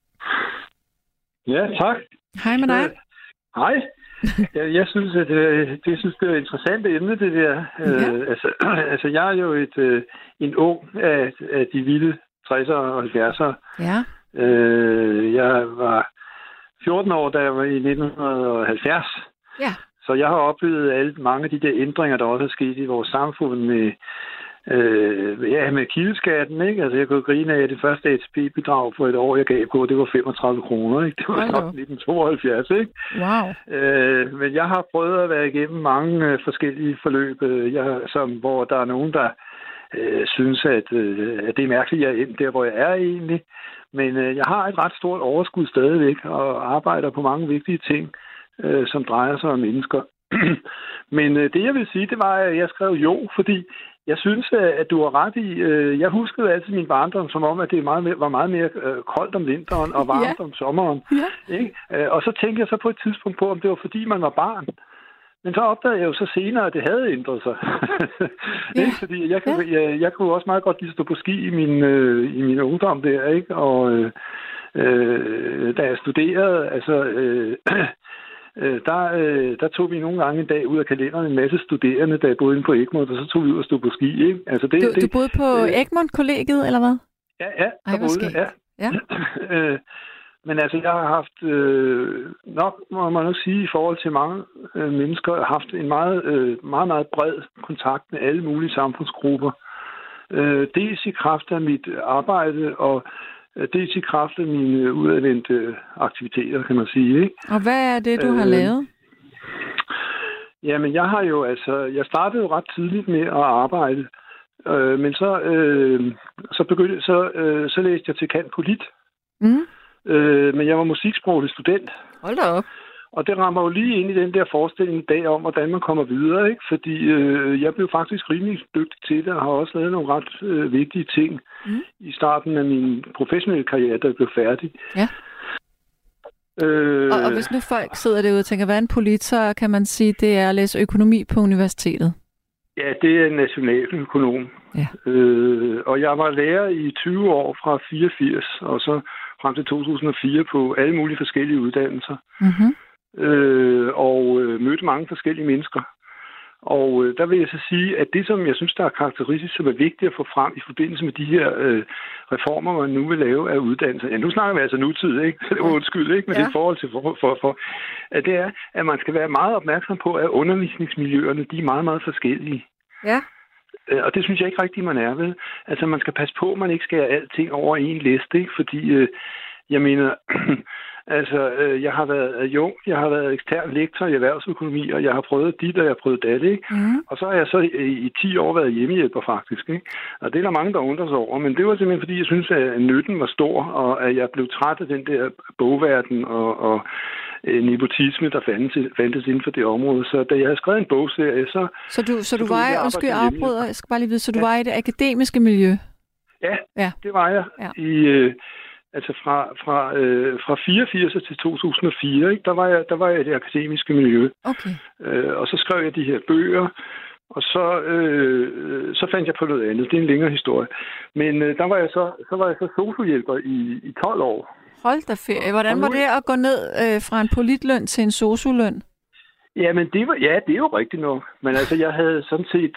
Ja, tak. Hej med dig. Hej. Jeg synes, at det er et interessant emne, det der. Ja. Altså, jeg er jo en ung af de vilde 60'ere og 70'ere. Ja. Jeg var 14 år, da jeg var i 1970. Ja. Så jeg har oplevet mange af de der ændringer, der også er sket i vores samfund med kildeskatten, ikke? Altså, jeg kunne grine af, at det første ATP-bidrag for et år, jeg gav på, det var 35 kroner, ikke? Det var nok 1972, ikke? Wow. Men jeg har prøvet at være igennem mange forskellige forløb, hvor der er nogen, der synes, at det er mærkeligt, at jeg er endt der, hvor jeg er egentlig. Men jeg har et ret stort overskud stadigvæk, og arbejder på mange vigtige ting, som drejer sig om mennesker. Men det, jeg vil sige, det var, at jeg skrev jo, fordi jeg synes, at du har ret i. Jeg huskede altid min barndom som om, at det var meget mere koldt om vinteren og varmt om sommeren. Ja. Ikke? Og så tænkte jeg så på et tidspunkt på, om det var fordi, man var barn. Men så opdagede jeg jo så senere, at det havde ændret sig. Ja. Fordi jeg kunne også meget godt lide at stå på ski i min ungdom der, ikke? Og da jeg studerede, der tog vi nogle gange en dag ud af kalenderen en masse studerende, da jeg boede inde på Egmont, og så tog vi ud og stod på ski, ikke? Altså du boede på Egmont-kollegiet, eller hvad? Ja, der boede jeg. Ja. Men altså, jeg har haft, nok må man nok sige, i forhold til mange mennesker, haft en meget bred kontakt med alle mulige samfundsgrupper. Dels i kraft af mit arbejde, og dels i kraft af mine udadvendte aktiviteter, kan man sige. Ikke? Og hvad er det, du har lavet? Jamen, jeg har jo jeg startede jo ret tidligt med at arbejde, men så læste jeg til cand. Polit. Mm. Men jeg var musiksproglig student. Hold da op. Og det rammer jo lige ind i den der forestilling i dag om, hvordan man kommer videre, ikke? Fordi jeg blev faktisk rimelig dygtig til det, og har også lavet nogle ret vigtige ting i starten af min professionelle karriere, da jeg blev færdig. Ja. Og hvis nu folk sidder derude og tænker, hvad er en polit, så kan man sige, det er at læse økonomi på universitetet. Ja, det er en nationaløkonom. Ja. Og jeg var lærer i 20 år fra 84, og så frem til 2004 på alle mulige forskellige uddannelser. Mm-hmm. Og mødte mange forskellige mennesker. Og der vil jeg så sige, at det, som jeg synes, der er karakteristisk, som er vigtigt at få frem i forbindelse med de her reformer, man nu vil lave af uddannelser. Ja, nu snakker vi altså nutid, ikke? Så det var undskyld, ikke? Men det er forhold til at det er, at man skal være meget opmærksom på, at undervisningsmiljøerne, de er meget, meget forskellige. Ja. Og det synes jeg ikke rigtigt, man er ved. Altså, man skal passe på, at man ikke skærer alting over i en liste, ikke? Fordi, jeg mener, jeg har været adjunkt, jeg har været ekstern lektor i erhvervsøkonomi, og jeg har prøvet dit, og jeg har prøvet dat, ikke? Mm. Og så har jeg så i 10 år været hjemmehjælper, faktisk, ikke? Og det er der mange, der undrer sig over, men det var simpelthen, fordi jeg synes, at nytten var stor, og at jeg blev træt af den der bogverden og nepotisme, der fandtes inden for det område. Så da jeg havde skrevet en bogserie, Så du var, undskyld afbryder, jeg skal bare lige vide, så du var i det akademiske miljø? Ja, det var jeg. Ja. Fra 84 til 2004, ikke? Der var jeg i det akademiske miljø. Okay. Og så skrev jeg de her bøger, og så fandt jeg på noget andet. Det er en længere historie. Men der var jeg så sosu-hjælper i 12 år. Hold da ferie. Hvordan var det at gå ned fra en politløn til en sosu-løn? Jamen, det er jo rigtigt nok. Men altså, jeg havde sådan set...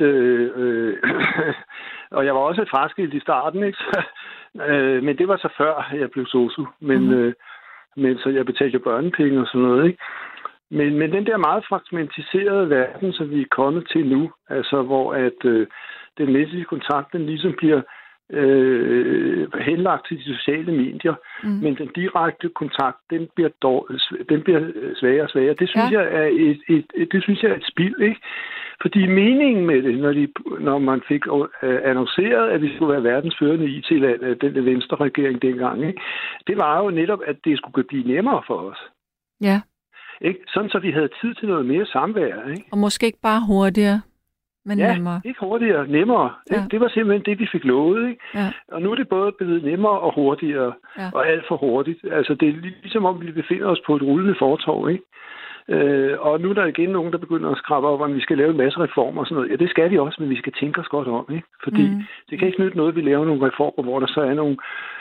og jeg var også fraskilt i starten, ikke? Men det var så før, jeg blev sosu. Men så jeg betalte børnepenge og sådan noget, ikke? Men den der meget fragmentiserede verden, som vi er kommet til nu, altså hvor at den menneskelige kontakt, den ligesom bliver henlagt til de sociale medier, men den direkte kontakt, den bliver svagere og svagere. Det synes jeg er et spild, ikke? Fordi meningen med det, når man fik annonceret, at vi skulle være verdens førende IT-land, den venstre regering dengang, ikke? Det var jo netop, at det skulle blive nemmere for os. Ja. Ikke? Sådan, så vi havde tid til noget mere samvær, ikke? Og måske ikke bare hurtigere, men nemmere. Ikke hurtigere, nemmere. Ja. Det var simpelthen det, vi fik lovet, ikke? Ja. Og nu er det både blevet nemmere og hurtigere, og alt for hurtigt. Altså, det er ligesom om, vi befinder os på et rullende fortov, ikke? Og nu er der igen nogen, der begynder at skrabe op, om vi skal lave en masse reformer og sådan noget. Ja, det skal vi også, men vi skal tænke os godt om, ikke? Fordi det kan ikke nytte noget, at vi laver nogle reformer, hvor der så er nogle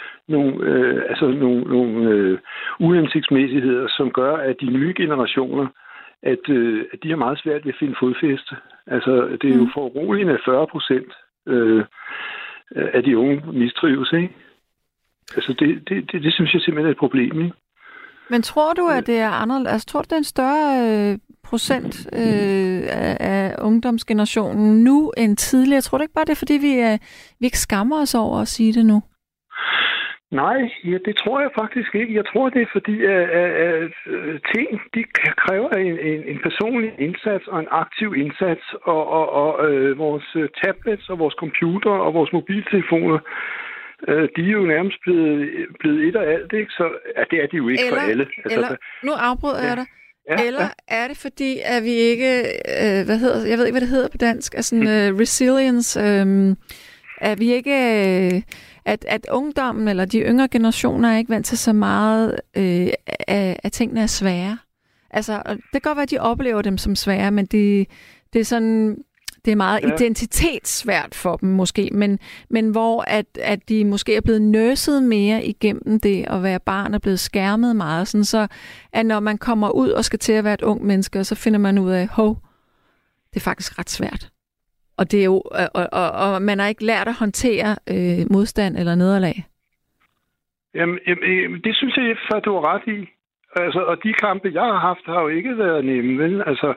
uhensigtsmæssigheder, som gør, at de nye generationer, at de har meget svært ved at finde fodfæste. Altså, det er jo foruroligende, at 40% af de unge mistrives, ikke? Altså, det synes jeg simpelthen er et problem, ikke? Men tror du, at det er anderledes? Altså, tror du, det er en større procent af ungdomsgenerationen nu end tidligere? Tror du ikke bare, det er, fordi vi ikke skammer os over at sige det nu? Nej, det tror jeg faktisk ikke. Jeg tror, det er fordi, at ting de kræver en personlig indsats og en aktiv indsats, og vores tablets og vores computer og vores mobiltelefoner, de er jo nærmest blevet et og alt, ikke? Så det er de jo ikke for alle. Nu afbryder jeg dig. Eller er det fordi, at vi ikke, jeg ved ikke, hvad det hedder på dansk, altså resilience, at vi ikke, at ungdommen eller de yngre generationer er ikke vant til så meget, at tingene er svære. Altså, det kan godt være, at de oplever dem som svære, men det er sådan, det er meget identitetssvært for dem måske, men hvor at de måske er blevet nurset mere igennem det at være barn og blevet skærmet meget, sådan så at når man kommer ud og skal til at være et ung menneske, så finder man ud af, det er faktisk ret svært. Og det er jo, og man har ikke lært at håndtere modstand eller nederlag. Jamen, det synes jeg, at du har ret i. Altså, og de kampe, jeg har haft, har jo ikke været nemme, vel? Altså,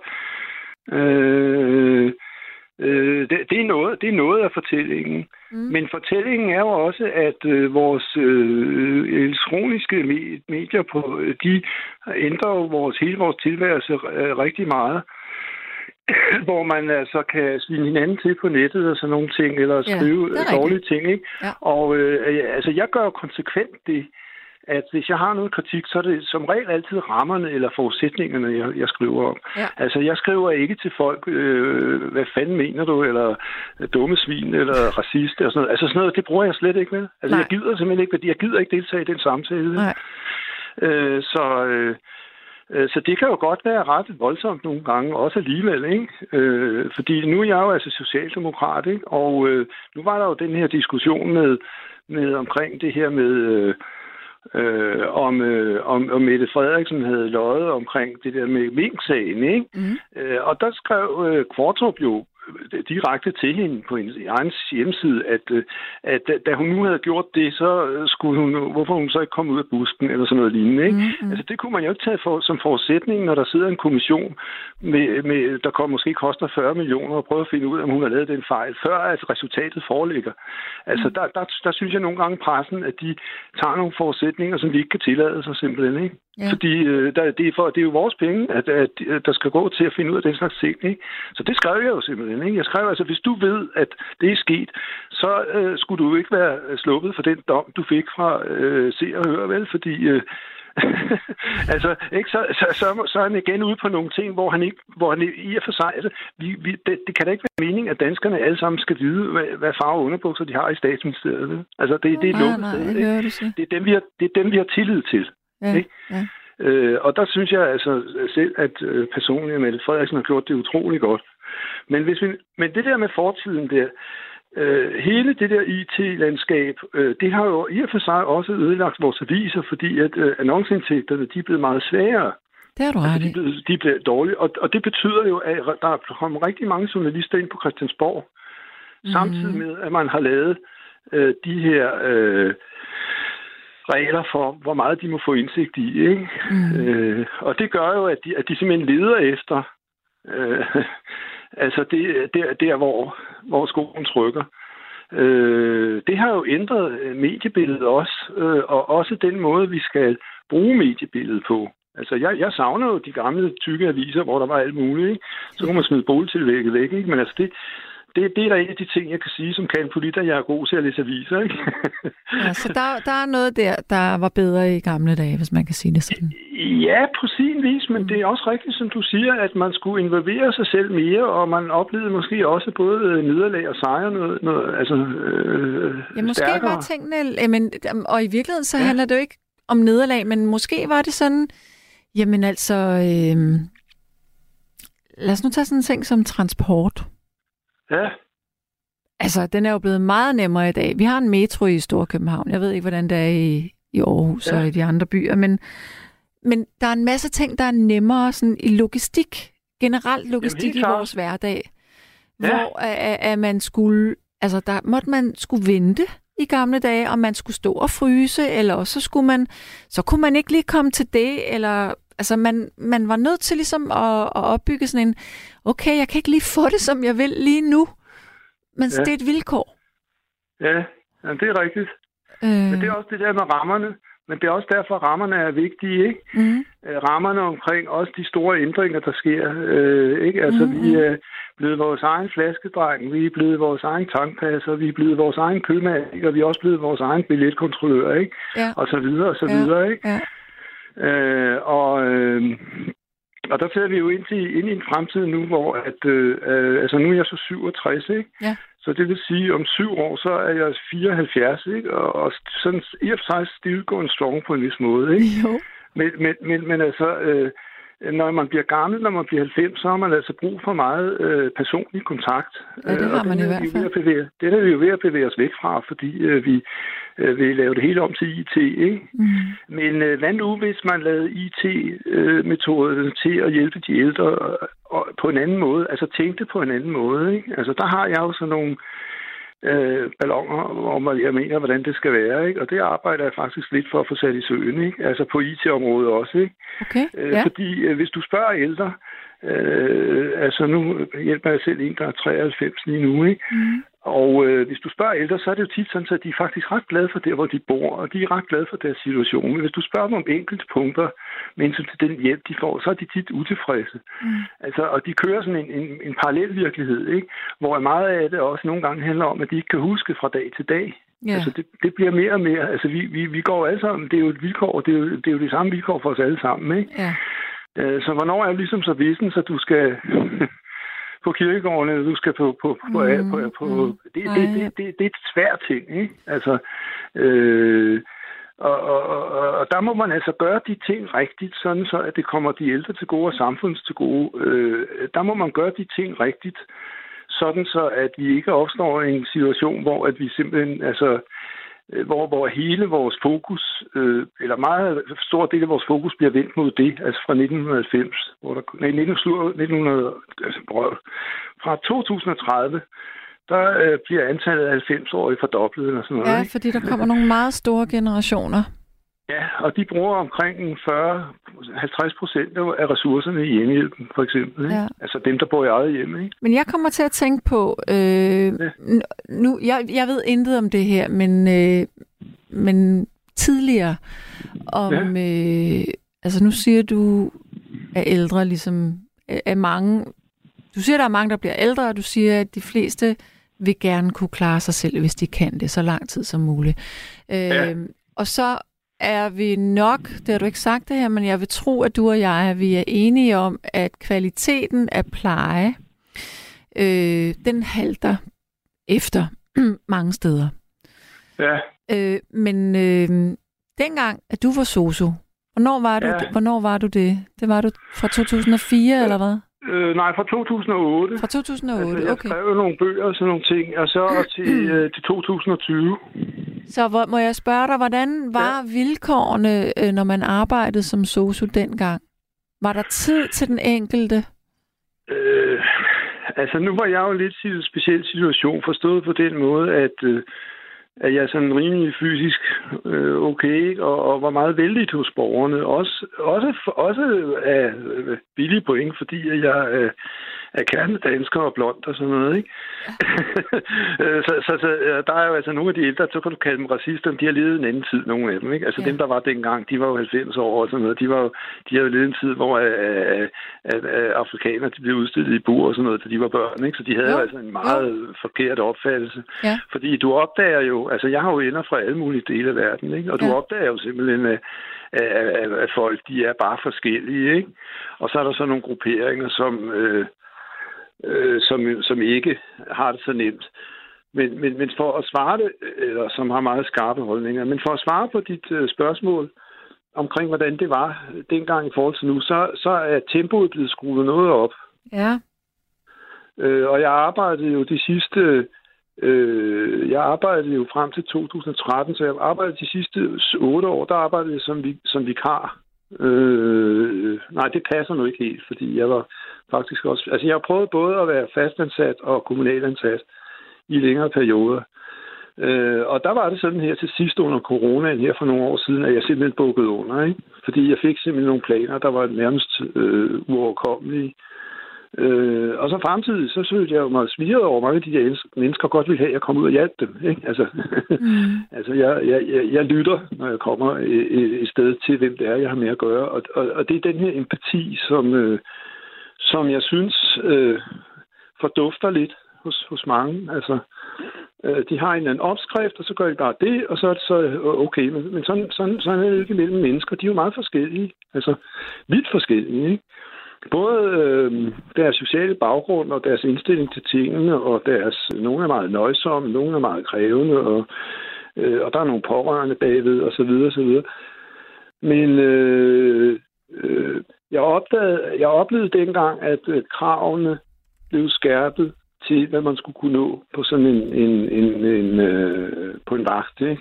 det er noget af fortællingen. Men fortællingen er jo også, at vores elektroniske medier de ændrer jo hele vores tilværelse rigtig meget. Hvor man altså kan svine hinanden til på nettet og sådan nogle ting, eller skrive dårlige ting, ikke? Ja. Og altså, jeg gør jo konsekvent det, at hvis jeg har noget kritik, så er det som regel altid rammerne eller forudsætningerne, jeg skriver om. Ja. Altså, jeg skriver ikke til folk, hvad fanden mener du, eller dumme svin, eller racist, og sådan noget. Altså, sådan noget, det bruger jeg slet ikke med. Altså, jeg gider simpelthen ikke, fordi jeg gider ikke deltage i den samtale. Nej. Så det kan jo godt være ret voldsomt nogle gange, også alligevel, ikke? Fordi nu er jeg jo altså socialdemokrat, ikke? Og nu var der jo den her diskussion med omkring det her med om Mette Frederiksen havde løjet omkring det der med Mink-sagen, ikke? Og der skrev Qvortrup jo direkte til hende på hendes egen hjemmeside, at da hun nu havde gjort det, så skulle hvorfor hun så ikke komme ud af busken, eller sådan noget lignende, ikke? Altså, det kunne man jo ikke tage som forudsætning, når der sidder en kommission, der måske koster 40 millioner, og prøve at finde ud af, om hun har lavet den fejl, før at resultatet foreligger. Altså, der synes jeg nogle gange pressen, at de tager nogle forudsætninger, som vi ikke kan tillade sig simpelthen, ikke? Ja. Fordi det er jo vores penge, at der skal gå til at finde ud af den slags ting, ikke? Så det skrev jeg jo simpelthen, ikke? Jeg skrev altså, hvis du ved, at det er sket, så skulle du ikke være sluppet for den dom, du fik fra Se og Hør, vel? Fordi altså, ikke, så er han igen ude på nogle ting, hvor han i og for sig, altså, det kan da ikke være meningen, at danskerne alle sammen skal vide, hvad farve underbukser de har i Statsministeriet, vel? Altså, det er lukket sted, ikke? Det er dem, vi har tillid til. Ja, ikke? Ja. Og der synes jeg altså selv, at personligt Mette Frederiksen har gjort det utrolig godt. Men det der med fortiden der, hele det der IT-landskab, det har jo i og for sig også ødelagt vores aviser, fordi at annonceindtægterne, de er blevet meget sværere. Det er du ret i. De bliver dårlige, og det betyder jo, at der kommer rigtig mange journalister ind på Christiansborg, samtidig med, at man har lavet de her regler for, hvor meget de må få indsigt i, ikke? Og det gør jo, at de simpelthen leder efter altså der hvor skoen trykker. Det har jo ændret mediebilledet også, og også den måde, vi skal bruge mediebilledet på. Altså, jeg savner jo de gamle tykke aviser, hvor der var alt muligt, ikke? Så kunne man smide boligtillægget væk, ikke? Men altså, det er der en af de ting, jeg kan sige, som kan politter, jeg er god til at læse aviser, ikke? Ja, så der er noget der var bedre i gamle dage, hvis man kan sige det sådan. Ja, på sin vis, men det er også rigtigt, som du siger, at man skulle involvere sig selv mere, og man oplevede måske også både nederlag og sejre noget altså måske stærkere. Var tingene, og i virkeligheden så handler det jo ikke om nederlag, men måske var det sådan, jamen altså, lad os nu tage sådan en ting som transport. Ja. Altså, den er jo blevet meget nemmere i dag. Vi har en metro i Storkøbenhavn. Jeg ved ikke, hvordan det er i Aarhus og i de andre byer, men der er en masse ting, der er nemmere sådan i logistik. Generelt logistik i vores hverdag. Ja. Hvor at man skulle, altså der måtte man skulle vente i gamle dage, om man skulle stå og fryse, eller så kunne man ikke lige komme til det, eller altså man var nødt til ligesom at opbygge sådan en, okay, jeg kan ikke lige få det, som jeg vil lige nu, men det er et vilkår. Ja, det er rigtigt. Men det er også det der med rammerne, men det er også derfor, rammerne er vigtige, ikke? Rammerne omkring også de store ændringer, der sker, ikke? Altså, vi er blevet vores egen flaskedreng, vi er blevet vores egen tankpasser, vi er blevet vores egen købmand, og vi er også blevet vores egen billetkontrollør, ikke? Ja. Og så videre, og så videre, ikke? Ja. Og der ser vi jo ind i en fremtid nu, hvor altså nu er jeg så 67, ikke? Ja. Så det vil sige, om 7 år, så er jeg 74, ikke? Og sådan i og for sig still going strong på en vis måde, ikke? Jo. Men altså, når man bliver gammel, når man bliver 90, så har man altså brug for meget personlig kontakt. Ja, det har man i hvert fald. Det er vi jo ved at bevæge os væk fra, fordi vi vil lave det hele om til IT, ikke? Mm. Men hvad nu, hvis man lavede IT-metoder til at hjælpe de ældre på en anden måde, altså tænkte på en anden måde, ikke? Altså, der har jeg jo sådan nogle balloner om, jeg mener, hvordan det skal være, ikke? Og det arbejder jeg faktisk lidt for at få sat i søen, ikke? Altså på IT-området også, ikke? Okay, ja. Fordi hvis du spørger ældre, altså nu hjælper jeg selv en, der er 93 lige nu, ikke? Mm. Og hvis du spørger ældre, så er det jo tit sådan, at de er faktisk ret glade for der, hvor de bor, og de er ret glade for deres situation. Men hvis du spørger dem om enkelte punkter, men til den hjælp, de får, så er de tit utilfredse. Mm. Altså, og de kører sådan en parallel virkelighed, ikke? Hvor meget af det også nogle gange handler om, at de ikke kan huske fra dag til dag. Yeah. Altså, det bliver mere og mere. Altså, vi går alle sammen, det er jo et vilkår, det er jo det samme vilkår for os alle sammen, ikke? Yeah. Så hvornår er det ligesom så vissen, så du skal på kirkegården, eller du skal på det er et svært ting, ikke? Altså, og der må man altså gøre de ting rigtigt, sådan så at det kommer de ældre til gode og samfundet til gode. Der må man gøre de ting rigtigt, sådan så at vi ikke opstår i en situation, hvor at vi simpelthen, altså, hvor hele vores fokus, eller meget stor del af vores fokus bliver vendt mod det, altså fra 1990, fra 2030, der bliver antallet af 90-årige fordoblet eller sådan noget. Ja, fordi der kommer nogle meget store generationer. Ja, og de bruger omkring 40-50% af ressourcerne i hjemmehjælpen, for eksempel. Ikke? Ja. Altså dem, der bor i eget hjem. Ikke? Men jeg kommer til at tænke på, nu, jeg ved intet om det her, men tidligere om, altså nu siger du, at ældre ligesom er mange, du siger, der er mange, der bliver ældre, og du siger, at de fleste vil gerne kunne klare sig selv, hvis de kan det, så lang tid som muligt. Og så er vi nok, det har du ikke sagt det her, men jeg vil tro, at du og jeg, vi er enige om, at kvaliteten af pleje, den halter efter mange steder. Ja. Men dengang, at du var sosu, hvornår var du det? Det var du fra 2004, eller hvad? Nej, fra 2008. Fra 2008, altså, jeg skrev nogle bøger og sådan nogle ting, og så til 2020. Så må jeg spørge dig, hvordan var vilkårene, når man arbejdede som sosu dengang? Var der tid til den enkelte? Altså, nu var jeg jo lidt i en speciel situation, forstået på den måde, at jeg er sådan rimelig fysisk okay, ikke? Og var meget vældig hos borgerne. Også af billige point, fordi jeg er kernedansker og blond og sådan noget, ikke? så der er jo altså nogle af de ældre, så kan du kalde dem racister, de har levet en anden tid, nogle af dem, ikke? Altså dem, der var dengang, de var jo 90 år og sådan noget, de har jo levet en tid, hvor afrikanere, de blev udstillet i bur og sådan noget, da de var børn, ikke? Så de havde jo altså en meget forkert opfattelse. Ja. Fordi du opdager jo, altså jeg har jo venner fra alle mulige dele af verden, ikke? Og du opdager jo simpelthen, at folk, de er bare forskellige, ikke? Og så er der så nogle grupperinger, som ikke har det så nemt. Men for at svare det, eller som har meget skarpe holdninger, men for at svare på dit spørgsmål omkring, hvordan det var dengang i forhold til nu, så er tempoet blevet skruet noget op. Ja. Og jeg arbejdede jo frem til 2013, så jeg arbejdede de sidste 8 år, der arbejdede jeg som vikar. Nej, det passer nu ikke helt, fordi jeg var faktisk også... Altså, jeg har prøvet både at være fastansat og kommunalansat i længere perioder. Og der var det sådan her til sidst under coronaen her for nogle år siden, at jeg simpelthen bukkede under, ikke? Fordi jeg fik simpelthen nogle planer, der var nærmest uoverkommelige. Og så fremtidig, så synes jeg jo meget smiret over mange af de der mennesker godt vil have, at jeg kommer ud og hjælpe dem. Ikke? Altså, altså jeg lytter, når jeg kommer et sted til, hvem det er, jeg har med at gøre. Og det er den her empati, som jeg synes fordufter lidt hos mange. Altså, de har en eller anden opskrift, og så gør de bare det, og så er det så okay. Men sådan er det ikke mellem mennesker. De er jo meget forskellige. Altså, vidt forskellige, ikke? både deres sociale baggrund og deres indstilling til tingene, og nogle er meget nøjsomme, nogle er meget krævende, og der er nogle pårørende bagved, og så videre, så videre. Men jeg oplevede dengang, at kravene blev skærpet til, hvad man skulle kunne nå på sådan på en vagt, ikke?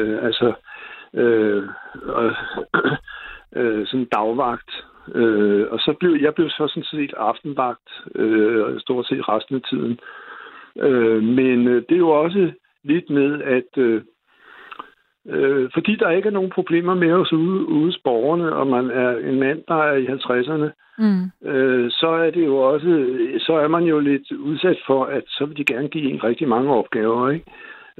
Sådan en dagvagt. Og så blev jeg sådan set aftenvagt stort set resten af tiden. Men det er jo også lidt med, at fordi der ikke er nogen problemer med os ude hos borgerne, og man er en mand, der er i 50'erne, så er det jo også, så er man jo lidt udsat for, at så vil de gerne give en rigtig mange opgaver, ikke?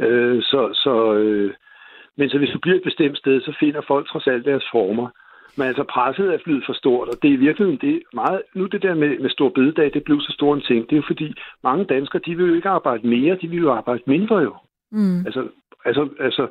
Men så hvis du bliver et bestemt sted, så finder folk trods alt deres former. Men altså presset er blevet for stort, og det er i virkeligheden det meget. Nu det der med stor bededag, det blev så stor en ting. Det er jo fordi mange danskere, de vil jo ikke arbejde mere, de vil jo arbejde mindre jo. Altså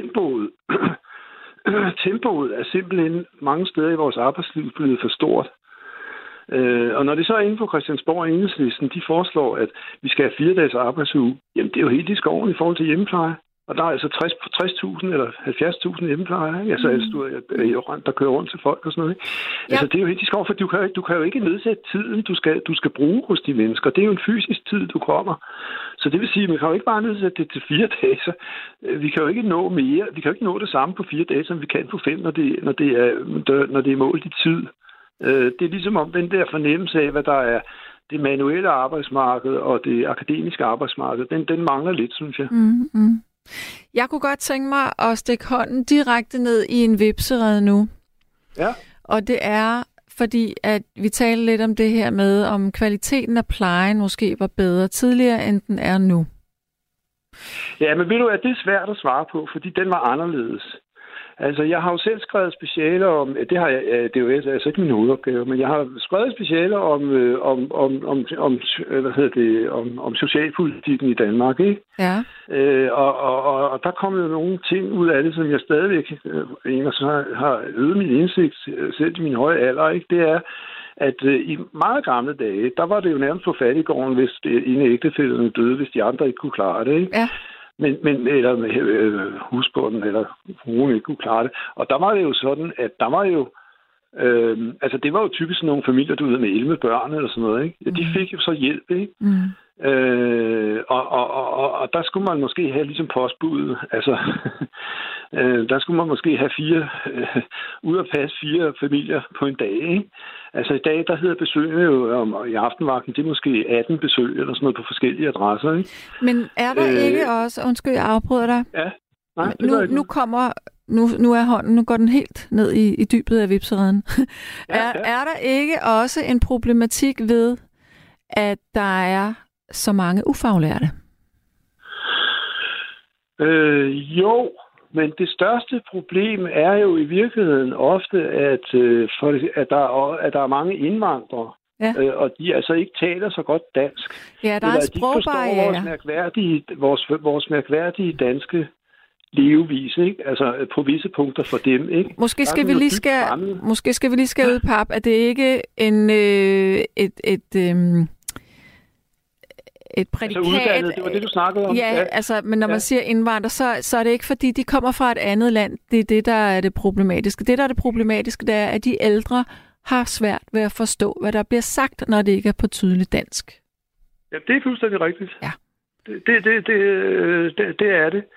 tempoet er simpelthen mange steder i vores arbejdsliv blevet for stort. Og når det så er inden for Christiansborg og Enhedslisten, de foreslår, at vi skal have 4 dages arbejdsuge, jamen det er jo helt i skoven i forhold til hjemmepleje. Og der er altså 60.000 eller 70.000 hjemmeplejer, ikke? Altså der kører rundt til folk og sådan noget, ikke? Ja. Altså det er jo helt i skov, for du kan jo ikke nedsætte tiden, du skal bruge hos de mennesker. Det er jo en fysisk tid, du kommer. Så det vil sige, at man kan jo ikke bare nedsætte det til 4 dage. Så vi kan jo ikke nå mere. Vi kan jo ikke nå det samme på 4 dage, som vi kan på 5, når det er målt i tid. Det er ligesom om den der fornemmelse af, hvad der er det manuelle arbejdsmarked og det akademiske arbejdsmarked, den mangler lidt, synes jeg. Jeg kunne godt tænke mig at stikke hånden direkte ned i en hvepserede nu. Ja. Og det er, fordi at vi taler lidt om det her med, om kvaliteten af plejen måske var bedre tidligere, end den er nu. Ja, men ved du, at det er svært at svare på, fordi den var anderledes. Altså, jeg har jo selv skrevet specialer om, det har jeg, det er jo altså ikke min hovedopgave, men jeg har skrevet specialer om socialpolitikken i Danmark, ikke? Ja. Og der kom jo nogle ting ud af det, som jeg stadigvæk har øget min indsigt selv til min høje alder, ikke? Det er, at i meget gamle dage, der var det jo nærmest på fattiggården, hvis en af ægtefællerne døde, hvis de andre ikke kunne klare det, ikke? Ja. Eller husbunden, eller fruen ikke kunne klare det. Og der var det jo sådan, at der var jo altså det var jo typisk nogle familier, du ved, med 11 børn eller sådan noget, ikke? Ja, de fik jo så hjælp, ikke? Og der skulle man måske have ligesom postbuddet, altså der skulle man måske have 4 ud at passe 4 familier på en dag, ikke? Altså i dag, der hedder besøgene jo i aftenvagten, det er måske 18 besøg eller sådan noget på forskellige adresser, ikke? Men er der ikke også, undskyld, jeg afbryder dig? Ja. Nej, nu er hånden, nu går den helt ned i dybet af vipsereden. Er der ikke også en problematik ved, at der er så mange ufaglærte? Jo, men det største problem er jo i virkeligheden ofte, at der er mange indvandrere, og de altså ikke taler så godt dansk. Ja, der er en sprogbarriere. Vores mærkværdige danske levevis, ikke? Altså på visse punkter for dem, ikke? Måske skal vi lige skære ud, pap, at det ikke et prædikat. Altså uddannet, det var det, du snakkede om. Ja, altså, men når man siger indvandrer, så er det ikke fordi, de kommer fra et andet land. Det er det, der er det problematiske. Det, der er det problematiske, det er, at de ældre har svært ved at forstå, hvad der bliver sagt, når det ikke er på tydeligt dansk. Ja, det er fuldstændig rigtigt. Ja. Det er det.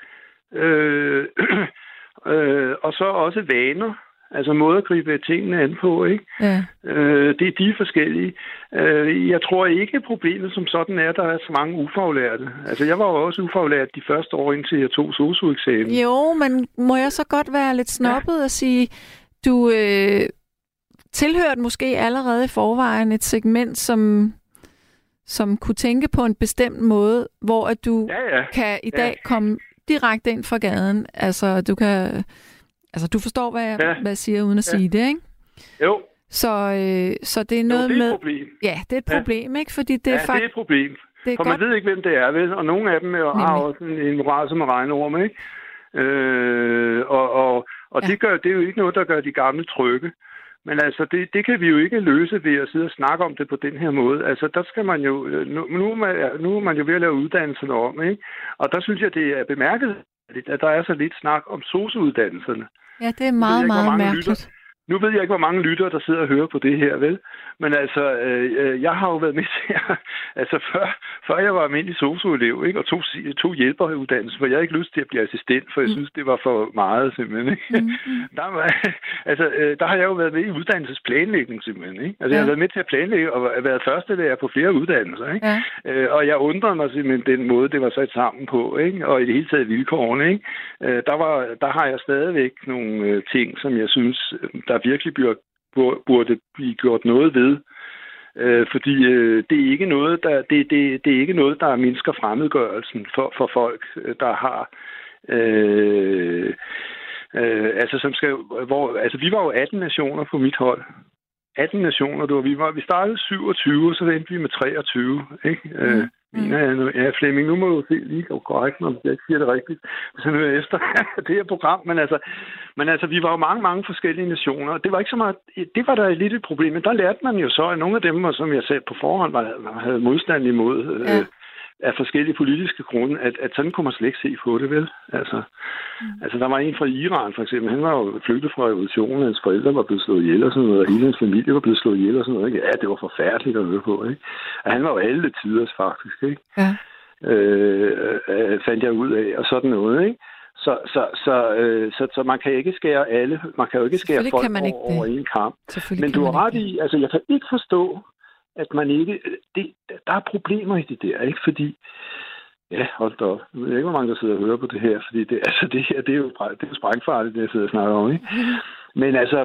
Og så også vaner. Altså måde at gribe tingene an på, ikke? Ja. De er forskellige. Jeg tror ikke, problemet som sådan er, at der er så mange ufaglærte. Altså, jeg var jo også ufaglært de første år, indtil jeg tog sosu-eksamen. Jo, men må jeg så godt være lidt snobbet og sige, du tilhørte måske allerede i forvejen et segment, som kunne tænke på en bestemt måde, hvor at du kan i dag komme direkte ind fra gaden. Altså, du kan... Altså, du forstår, hvad jeg siger, uden at sige det, ikke? Jo. Så det er noget med... det er et problem. Ja, det er et problem, ikke? Fordi det er faktisk... det er et problem. Det er for godt... man ved ikke, hvem det er, vel? Og nogle af dem har også en moral som regneorm, ikke? Og det er jo ikke noget, der gør de gamle trygge. Men altså, det kan vi jo ikke løse ved at sidde og snakke om det på den her måde. Altså, der skal man jo... Nu er man jo ved at lave uddannelserne om, ikke? Og der synes jeg, det er bemærket, at der er så lidt snak om sosu-uddannelserne. Ja, det er meget, meget mærkeligt. Nu ved jeg ikke, hvor mange lyttere, der sidder og hører på det her, vel? Men altså, jeg har jo været med til altså før jeg var almindelig sosu-elev, ikke? Og tog hjælperuddannelse, for jeg havde ikke lyst til at blive assistent, for jeg synes, det var for meget, simpelthen, ikke? Der har jeg jo været med i uddannelsesplanlægning, simpelthen, ikke? Altså, jeg har været med til at planlægge og været førstelærer på flere uddannelser, ikke? Ja. Og jeg undrede mig simpelthen den måde, det var sat sammen på, ikke? Og i det hele taget vilkårene, ikke? Der har jeg stadigvæk nogle ting, som jeg synes, der virkelig burde blive gjort noget ved. Fordi det er ikke noget, det er ikke noget, der mindsker fremmedgørelsen for folk, der har vi var jo 18 nationer på mit hold. 18 nationer, vi startede 27, og så endte vi med 23, ikke? Flemming, nu må du se lige korrekt, når jeg ikke siger det rigtigt. Så nu er efter det her program, men altså, vi var jo mange forskellige nationer, og det var ikke så meget, det var der lidt et problem, men der lærte man jo så, at nogle af dem, som jeg sagde på forhånd, havde modstand imod af forskellige politiske grunde, at sådan kunne man slet ikke se på det, vel? Altså, der var en fra Iran, for eksempel. Han var jo flygtet fra revolutionen, hans forældre var blevet slået ihjel og sådan noget, og hele hans familie var blevet slået ihjel og sådan noget, ikke? Ja, det var forfærdeligt at høre på, ikke? Og han var jo alle tiders, faktisk, ikke? Ja. Fandt jeg ud af, og sådan noget, ikke? Så man kan ikke skære alle, man kan jo ikke skære folk over en kamp. Men du har ret i, altså jeg kan ikke forstå, at man ikke... der er problemer i det der, ikke? Fordi... Ja, hold da op. Jeg ved ikke, hvor mange der sidder og hører på det her, fordi det her, det er jo sprængfarligt, det jeg sidder og snakker om, ikke? Men altså...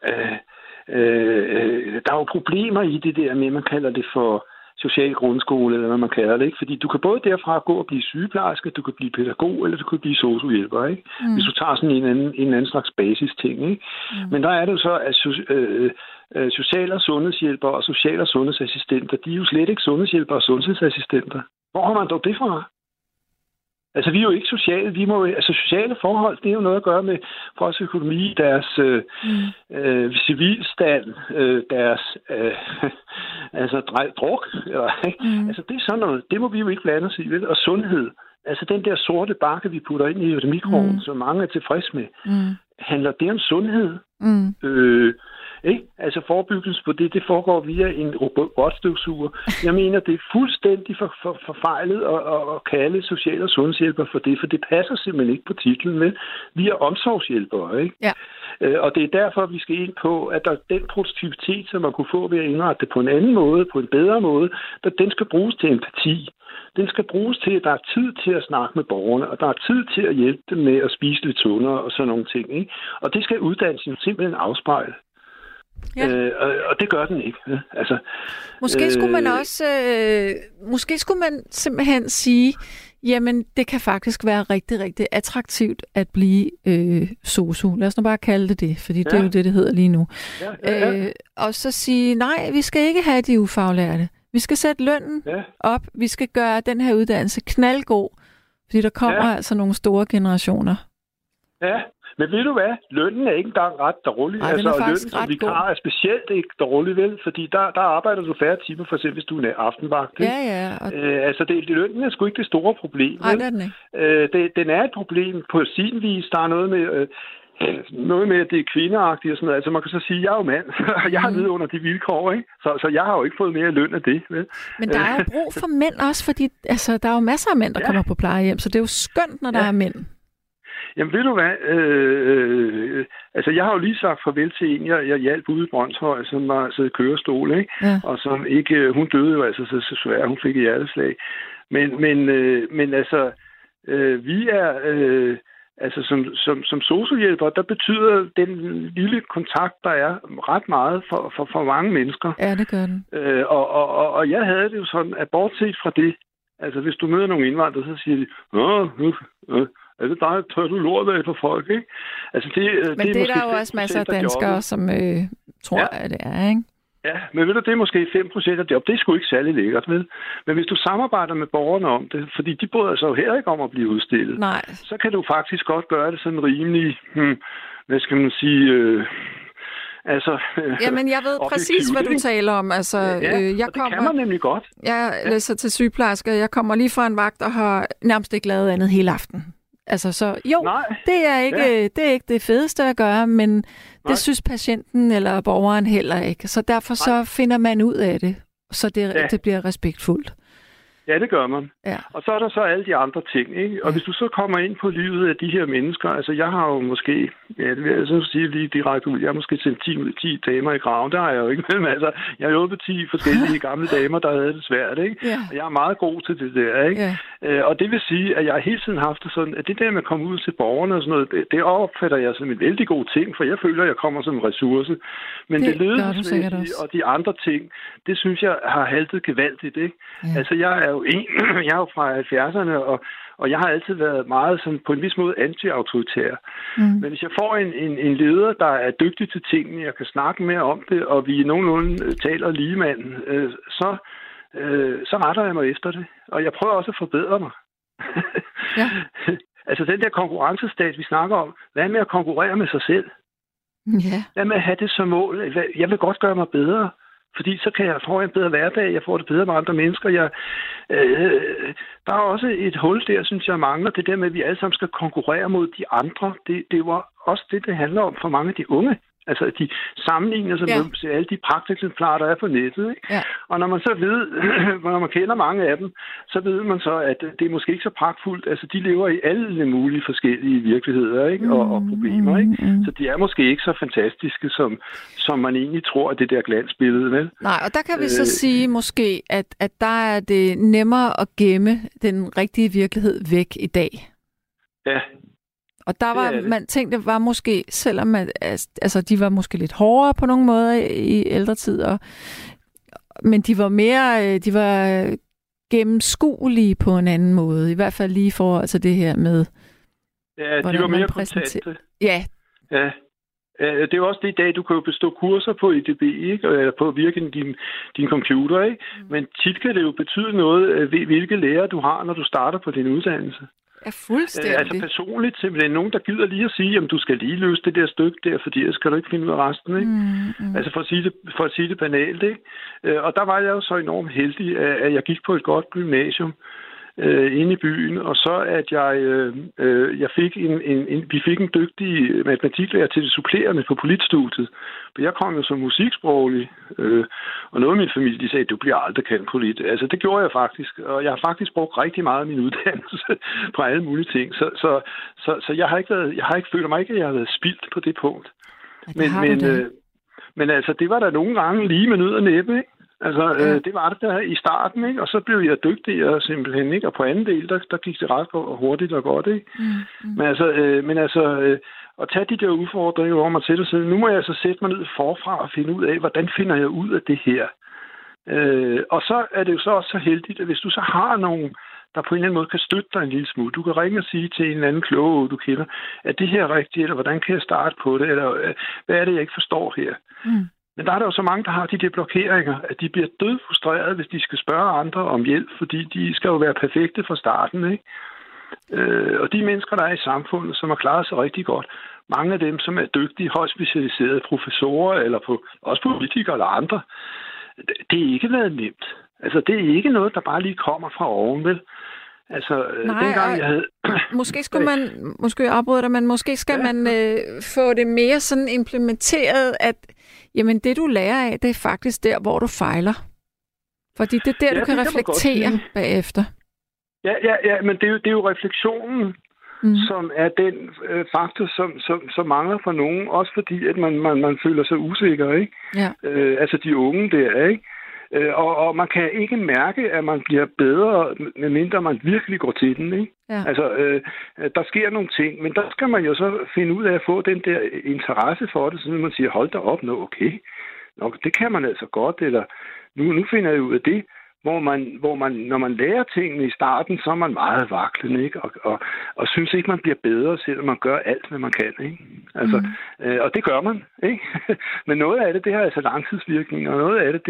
der er jo problemer i det der med, man kalder det for social grundskole, eller hvad man kalder det, ikke? Fordi du kan både derfra gå og blive sygeplejerske, du kan blive pædagog, eller du kan blive sosu-hjælper, ikke? Hvis du tager sådan en anden slags basis-ting, ikke? Men der er det jo så, at social- og sundhedshjælper og social- og sundhedsassistenter, de er jo slet ikke sundhedshjælper og sundhedsassistenter. Hvor har man dog det fra? Altså, vi er jo ikke sociale. Sociale forhold, det er jo noget at gøre med vores økonomi, deres civilstand, deres druk. Altså, det er sådan noget. Det må vi jo ikke blande os i, vel? Og sundhed. Altså, den der sorte bakke, vi putter ind i mikroen, som mange er tilfreds med, handler det om sundhed? Ikke? Altså forebyggelse på det foregår via en robotstøvsuger. Jeg mener, det er fuldstændig forfejlet at kalde social- og sundhedshjælper for det, for det passer simpelthen ikke på titlen, men vi er omsorgshjælpere, ikke? Ja. Og det er derfor, vi skal ind på, at der den produktivitet, som man kunne få ved at indrette det på en anden måde, på en bedre måde, den skal bruges til empati. Den skal bruges til, at der er tid til at snakke med borgerne, og der er tid til at hjælpe dem med at spise lidt sundere og sådan nogle ting, ikke? Og det skal uddannelsen simpelthen afspejle. Ja. Og det gør den ikke. Altså, måske skulle man simpelthen sige, jamen det kan faktisk være rigtig, rigtig attraktivt at blive sosu. Lad os nu bare kalde det, fordi det er jo det hedder lige nu. Ja. Og så sige, nej, vi skal ikke have de ufaglærte. Vi skal sætte lønnen op. Vi skal gøre den her uddannelse knaldgod, fordi der kommer altså nogle store generationer. Ja. Men ved du hvad? Lønnen er ikke engang ret dårlig. Nej, altså, lønnen som vikar er specielt ikke dårlig, vel? Fordi der arbejder du færre timer, for eksempel hvis du er aftenvagt. Ja. Lønnen er sgu ikke det store problem. Nej, det er den ikke. Den er et problem på sin vis. Der er noget med, at det er kvindeagtigt og sådan noget. Altså man kan så sige, at jeg er jo mand, og jeg har levet under de vilkår, ikke? Så jeg har jo ikke fået mere løn af det, vel? Men der er jo brug for mænd også, fordi altså, der er jo masser af mænd, der kommer på plejehjem, så det er jo skønt, når der er mænd. Jamen ved du hvad, jeg har jo lige sagt farvel til en, jeg hjalp ude i Brøndshøj, som var siddet i kørestol, ikke? Ja. Og som ikke, hun døde jo altså så svært, hun fik et hjerteslag. Men altså, vi er, som sosu-hjælper, der betyder den lille kontakt, der er ret meget for mange mennesker. Ja, det gør den. Og jeg havde det jo sådan, at bortset fra det, altså hvis du møder nogle indvandrere, så siger de, er det dig, tør du lort af for folk, ikke? Altså, men det er der jo også masser af danskere, som tror, at det er, ikke? Ja, men ved du, det er måske 5% af job. Det er sgu ikke særlig lækkert, vel? Men hvis du samarbejder med borgerne om det, fordi de bryder sig jo heller ikke om at blive udstillet, så kan du faktisk godt gøre det sådan rimelig, hvad skal man sige, Altså, jamen, jeg ved præcis, hvad du taler om. Altså, det kan man nemlig godt. Jeg læser til sygeplejerske. Jeg kommer lige fra en vagt og har nærmest ikke lavet andet hele aften. Altså, så jo, det er ikke det fedeste at gøre, men det synes patienten eller borgeren heller ikke. Så derfor så finder man ud af det, så det bliver respektfuldt. Ja, det gør man. Ja. Og så er der så alle de andre ting, ikke? Og hvis du så kommer ind på livet af de her mennesker, altså jeg har jo måske, det vil jeg så sige lige direkte ud, jeg har måske sendt 10 damer i graven, der har jeg jo ikke med, men altså, jeg har hjulpet 10 forskellige gamle damer, der havde det svært, ikke? Ja. Og jeg er meget god til det der, ikke? Ja. Og det vil sige, at jeg hele tiden har haft det sådan, at det der med at komme ud til borgerne og sådan noget, det opfatter jeg som en vældig god ting, for jeg føler, at jeg kommer som en ressource. Men det ledelsesmæssige og de andre ting, det synes jeg har haltet gevaldigt, ikke? Ja. Altså jeg er jo fra 70'erne, og jeg har altid været meget sådan, på en vis måde anti-autoritær. Men hvis jeg får en leder, der er dygtig til tingene, jeg kan snakke mere om det, og vi nogenlunde taler ligemanden, så retter jeg mig efter det. Og jeg prøver også at forbedre mig. Ja. Altså den der konkurrencestat, vi snakker om, hvad med at konkurrere med sig selv? Ja. Hvad med at have det som mål? Jeg vil godt gøre mig bedre. Fordi så kan jeg få en bedre hverdag, jeg får det bedre med andre mennesker. Der er også et hul der, synes jeg mangler. Det der med, at vi alle sammen skal konkurrere mod de andre. Det var også det handler om for mange af de unge. Altså, at de sammenligner sig med alle de pragteksemplar, der er på nettet. Ikke? Ja. Og når man så ved, når man kender mange af dem, så ved man så, at det er måske ikke så pragtfuldt. Altså, de lever i alle mulige forskellige virkeligheder, ikke? Og problemer, ikke? Så de er måske ikke så fantastiske, som man egentlig tror, at det der glansbillede, vel? Nej, og der kan vi så sige måske, at der er det nemmere at gemme den rigtige virkelighed væk i dag. Ja. Og der var, man tænkte, var måske, selvom altså, de var måske lidt hårdere på nogle måder i ældre tider, men de var mere, de var gennemskuelige på en anden måde, i hvert fald lige for altså det her med, de var mere kontante. Ja. Det er jo også det i dag, du kan jo bestå kurser på EDB, ikke? Eller på at virke din computer, ikke? Men tit kan det jo betyde noget, hvilke lærer du har, når du starter på din uddannelse. Ja, fuldstændig. Altså personligt simpelthen nogen, der gider lige at sige, at du skal lige løse det der stykke der, fordi ellers kan du ikke finde ud af resten, ikke? Altså for at sige det banalt, ikke? Og der var jeg jo så enormt heldig, at jeg gik på et godt gymnasium inde i byen, og så at jeg fik vi fik en dygtig matematiklærer til det supplerende på politstudiet. For jeg kom jo som musiksproglig, og noget af min familie, de sagde, du bliver aldrig kendt polit. Altså det gjorde jeg faktisk, og jeg har faktisk brugt rigtig meget af min uddannelse på alle mulige ting. Så jeg har ikke følt mig ikke, at jeg har været spildt på det punkt. Men altså, det var der nogle gange lige med nød og næppe, ikke? Altså, det var det der i starten, ikke? Og så blev jeg dygtigere simpelthen, ikke? Og på anden del, der gik det ret hurtigt og godt, ikke? Men altså, at tage de der udfordringer over mig til og sige, nu må jeg så sætte mig ned forfra og finde ud af, hvordan finder jeg ud af det her? Og så er det jo så også så heldigt, at hvis du så har nogen, der på en eller anden måde kan støtte dig en lille smule. Du kan ringe og sige til en eller anden kloge, du kender, er det her rigtigt, eller hvordan kan jeg starte på det, eller hvad er det, jeg ikke forstår her? Men der er der jo så mange, der har de der blokeringer, at de bliver dødfrustrerede, hvis de skal spørge andre om hjælp, fordi de skal jo være perfekte fra starten, ikke? Og de mennesker, der er i samfundet, som har klaret sig rigtig godt, mange af dem, som er dygtige, højt specialiserede professorer, eller også politikere eller andre, det er ikke været nemt. Altså, det er ikke noget, der bare lige kommer fra oven, vel? Altså, dengang jeg havde... Måske skulle man, afbryde dig, men måske skal man få det mere sådan implementeret, at jamen, det du lærer af, det er faktisk der, hvor du fejler. Fordi det er der, du kan reflektere bagefter. Ja, men det er jo refleksionen, som er den faktor, som mangler for nogen, også fordi, at man føler sig usikker, ikke? Ja. Altså de unge der, ikke? Og man kan ikke mærke, at man bliver bedre, medmindre man virkelig går til den, ikke? Ja. Altså, der sker nogle ting, men der skal man jo så finde ud af at få den der interesse for det, så man siger, hold da op, okay. Nå, det kan man altså godt, eller nu finder jeg ud af det, hvor man, når man lærer tingene i starten, så er man meget vaklende, ikke? Og synes ikke, man bliver bedre, selvom man gør alt, hvad man kan, ikke? Altså, og det gør man, ikke? Men noget af det har altså langtidsvirkning, og noget af det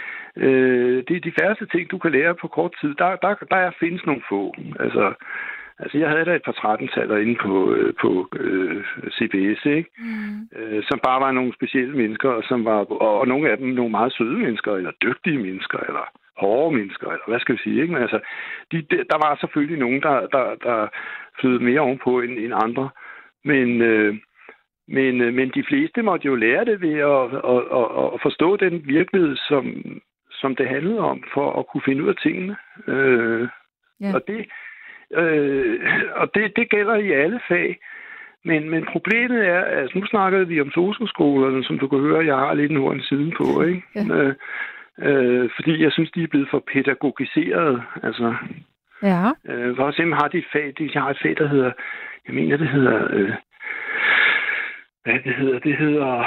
er de færreste ting, du kan lære på kort tid. Der findes nogle få. Altså, Altså, jeg havde da et par 13-taller inde på CBS, ikke? Som bare var nogle specielle mennesker, og nogle af dem nogle meget søde mennesker, eller dygtige mennesker, eller hårde mennesker, eller hvad skal vi sige, ikke? Men altså, der var selvfølgelig nogen, der flød mere ovenpå end andre. Men de fleste måtte jo lære det ved at forstå den virkelighed, som det handlede om, for at kunne finde ud af tingene. Og det gælder i alle fag. Men problemet er, at nu snakkede vi om sosu-skolerne, som du kan høre, jeg har lidt en ord siden på, ikke? Ja. Fordi jeg synes, de er blevet for pædagogiseret. Altså, for eksempel har de et fag, har et fag, der hedder, jeg mener, det hedder, hvad det hedder? Det hedder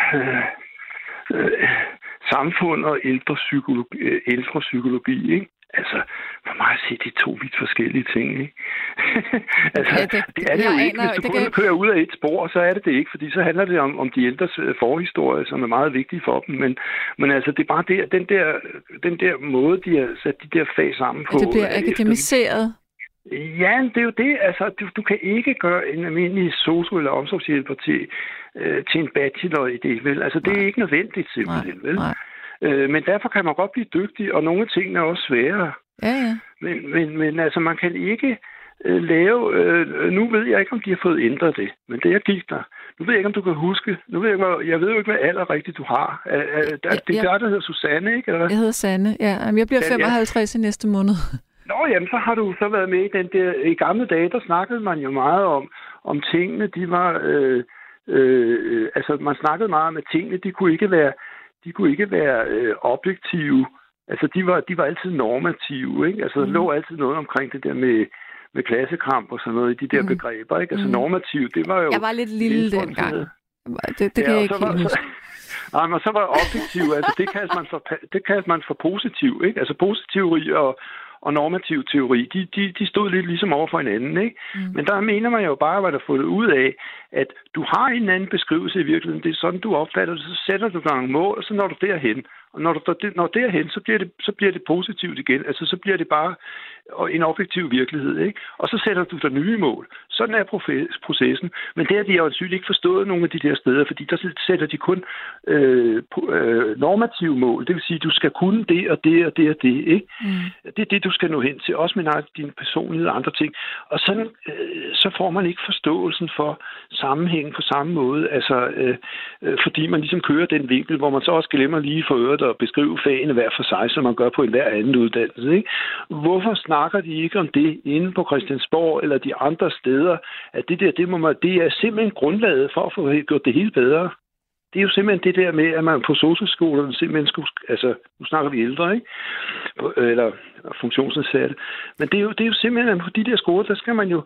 samfund og ældre psykologi, ikke? Altså, for mig at se, det er 2 vidt forskellige ting, ikke? Altså, det er det jo ikke. Hvis du kun kører ud af et spor, så er det ikke, fordi så handler det om de ældres forhistorie, som er meget vigtige for dem. Men altså, det er bare den der måde, de har sat de der fag sammen på. Det bliver akademiseret. Ja, det er jo det. Altså, du kan ikke gøre en almindelig sosu- eller omsorgshjælper til en bachelor i det, vel? Altså, det er ikke nødvendigt simpelthen, vel? Nej. Men derfor kan man godt blive dygtig, og nogle af tingene er også sværere. Ja. Men altså, man kan ikke lave... nu ved jeg ikke, om de har fået ændret det, men det jeg gik der. Nu ved jeg ikke, om du kan huske... Jeg ved jo ikke, hvad alder rigtigt du har. Det er der hedder Susanne, ikke? Eller? Jeg hedder Sanne, ja. Jeg bliver 55 i næste måned. Nå, jamen, så har du så været med i den der... I gamle dage, der snakkede man jo meget om tingene. De var... altså, man snakkede meget om, at tingene, de kunne ikke være objektive. Altså, de var altid normative, ikke? Altså, der lå altid noget omkring det der med klassekamp og sådan noget i de der begreber, ikke? Altså, normativ, det var jo... Jeg var lidt lille dengang. Det kan jeg ikke helt huske. Nej, men så var objektiv, altså, det kaldte man for positiv, ikke? Altså, positiv teori og normativ teori, de stod lidt ligesom over for hinanden, ikke? Men der mener man jo bare, hvad der får det ud af, at du har en anden beskrivelse i virkeligheden, det er sådan, du opfatter det, så sætter du gang mål, og så når du derhen. Og når du når derhen, så bliver det positivt igen. Altså, så bliver det bare en objektiv virkelighed, ikke? Og så sætter du der nye mål. Sådan er processen. Men det har de jo ansynligt ikke forstået nogle af de der steder, fordi der sætter de kun normative mål. Det vil sige, at du skal kunne det og det og det og det, ikke? Det er det, du skal nå hen til. Også med din personlighed og andre ting. Og sådan, så får man ikke forståelsen for sammenhængen på samme måde. Altså, fordi man ligesom kører den vinkel, hvor man så også glemmer lige for øret at beskrive fagene hver for sig, som man gør på enhver anden uddannelse, ikke? Hvorfor snakker de ikke om det inde på Christiansborg eller de andre steder? At det er simpelthen grundlaget for at få gjort det hele bedre. Det er jo simpelthen det der med, at man på sosu-skolerne simpelthen skulle... Altså, nu snakker vi ældre, ikke? Eller funktionsnedsatte. Men det er jo simpelthen, på de der skoler, der skal man jo...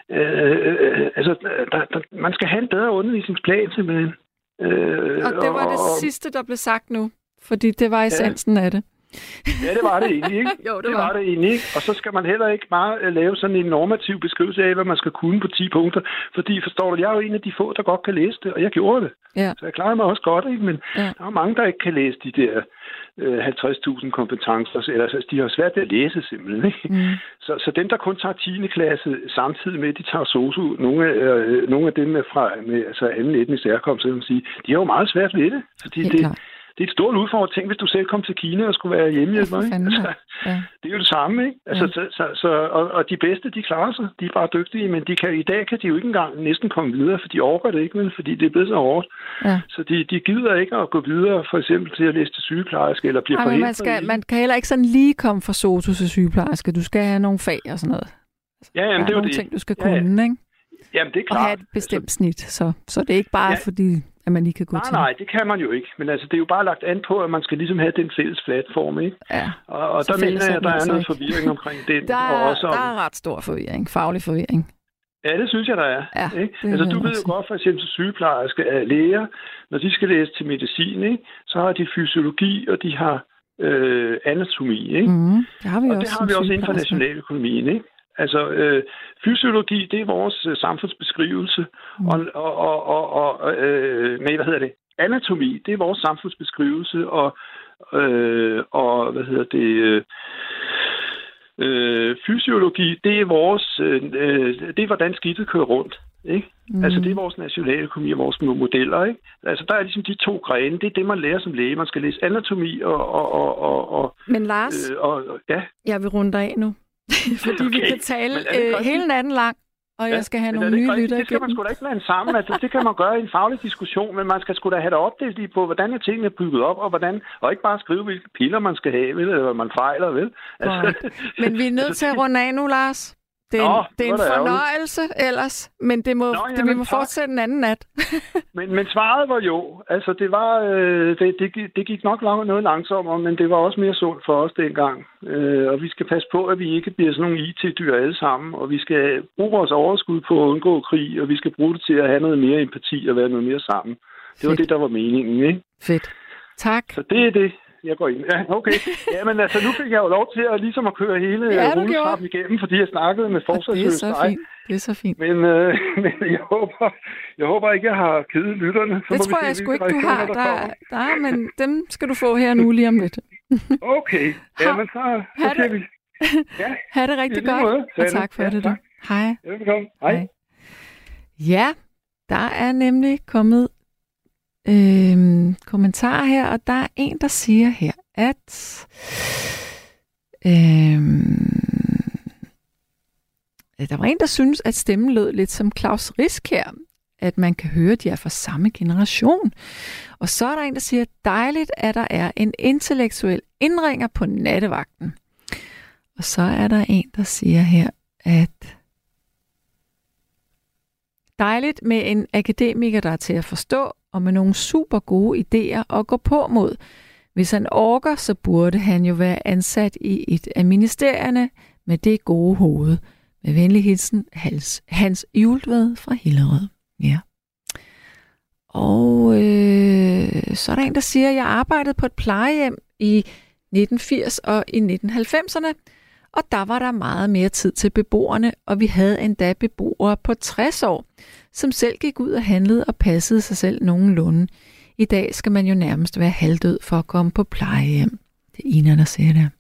man skal have en bedre undervisningsplan, simpelthen. Og det var det sidste, der blev sagt nu. Fordi det var essensen af det. Ja, det var det egentlig, ikke? Jo, det var det egentlig, ikke? Og så skal man heller ikke bare lave sådan en normativ beskrivelse af, hvad man skal kunne på 10 punkter. Fordi, forstår du, jeg er jo en af de få, der godt kan læse det, og jeg gjorde det. Ja. Så jeg klarede mig også godt, ikke? Men der er mange, der ikke kan læse de der 50.000 kompetencer. Eller de har svært ved at læse, simpelthen, ikke? Så dem, der kun tager 10. klasse samtidig med, at de tager sosu, nogle af dem med altså anden etnisk herkomst, så kan man sige, de har jo meget svært ved det. Fordi det er et stort udfordring. Tænk, hvis du selv kom til Kina og skulle være hjemmehjælper, ikke? Altså, det er jo det samme, ikke? Altså, og de bedste, de klarer sig. De er bare dygtige, men i dag kan de jo ikke engang næsten komme videre, for de overgår det ikke, vel? Fordi det er blevet så hårdt. Ja. Så de gider ikke at gå videre, for eksempel til at læse til sygeplejerske, eller blive forhindret. Man kan heller ikke sådan lige komme fra sosu til sygeplejerske. Du skal have nogle fag og sådan noget. Ja, jamen, det er jo nogle ting, du skal kunne, ikke? Jamen, det er klart. Og have et bestemt snit, så det er ikke bare fordi... at man lige kan gå til. Nej, det kan man jo ikke. Men altså, det er jo bare lagt an på, at man skal ligesom have den fælles platform, ikke? Ja. Og der mener jeg, at der er noget forvirring omkring den. Der er ret stor forvirring. Faglig forvirring. Ja, det synes jeg, der er. Ja, ikke? Altså, du ved jo godt, for eksempel sygeplejerske læger, når de skal læse til medicin, ikke? Så har de fysiologi, og de har anatomi, ikke? Det har vi og det har vi også inden for nationaløkonomien, ikke? Altså, fysiologi, det er vores samfundsbeskrivelse, anatomi, det er vores samfundsbeskrivelse, og Fysiologi, det er vores, det er hvordan skidtet kører rundt. Ikke? Altså det er vores nationaløkonomi og vores modeller. Ikke? Altså der er ligesom de to grene. Det er det, man lærer som læge. Man skal læse anatomi og Men Lars, ja. Jeg vil runde dig af nu. Fordi vi kan tale hele natten lang, og jeg skal have nogle nye lytter. Det skal man sgu da ikke blande sammen. Altså, det kan man gøre i en faglig diskussion, men man skal sgu da have det opdelt i på, hvordan er tingene bygget op, og ikke bare skrive, hvilke piller man skal have, eller hvad man fejler, vel? Altså, men vi er nødt til at runde af nu, Lars. Det er en fornøjelse ellers, men vi må fortsætte en anden nat. men svaret var jo. Altså, det var det gik nok noget langsommere, men det var også mere sundt for os dengang. Og vi skal passe på, at vi ikke bliver sådan nogle IT-dyr alle sammen, og vi skal bruge vores overskud på at undgå krig, og vi skal bruge det til at have noget mere empati og være noget mere sammen. Det var det, der var meningen, ikke? Fedt. Tak. Så det er det. Jeg går ind. Ja, okay. Jamen altså, nu fik jeg jo lov til at ligesom at køre hele rulletrappen igennem, fordi jeg snakkede med forsvarsøster. Det er så fint. Men jeg håber ikke, jeg har kedet lytterne. Det tror jeg sgu ikke, du har. Der, men dem skal du få her nu lige om lidt. Okay. Jamen så ser vi. Ja. Ha' det rigtig godt, og tak for det. Tak. Hej. Velkommen. Hej. Ja, der er nemlig kommet kommentarer her, og der er en, der siger her, at der var en, der synes, at stemmen lød lidt som Claus Riskær, at man kan høre, at de er fra samme generation. Og så er der en, der siger, dejligt, at der er en intellektuel indringer på nattevagten. Og så er der en, der siger her, at dejligt med en akademiker, der er til at forstå, og med nogle super gode idéer at gå på mod. Hvis han orker, så burde han jo være ansat i et af ministerierne med det gode hoved. Med venlig hilsen, Hans Jultved fra Hillerød. Ja. Og så er der en, der siger, at jeg arbejdede på et plejehjem i 1980 og i 1990'erne, og der var der meget mere tid til beboerne, og vi havde endda beboere på 60 år, som selv gik ud og handlede og passede sig selv nogenlunde. I dag skal man jo nærmest være halvdød for at komme på plejehjem. Det er Ina, der siger det.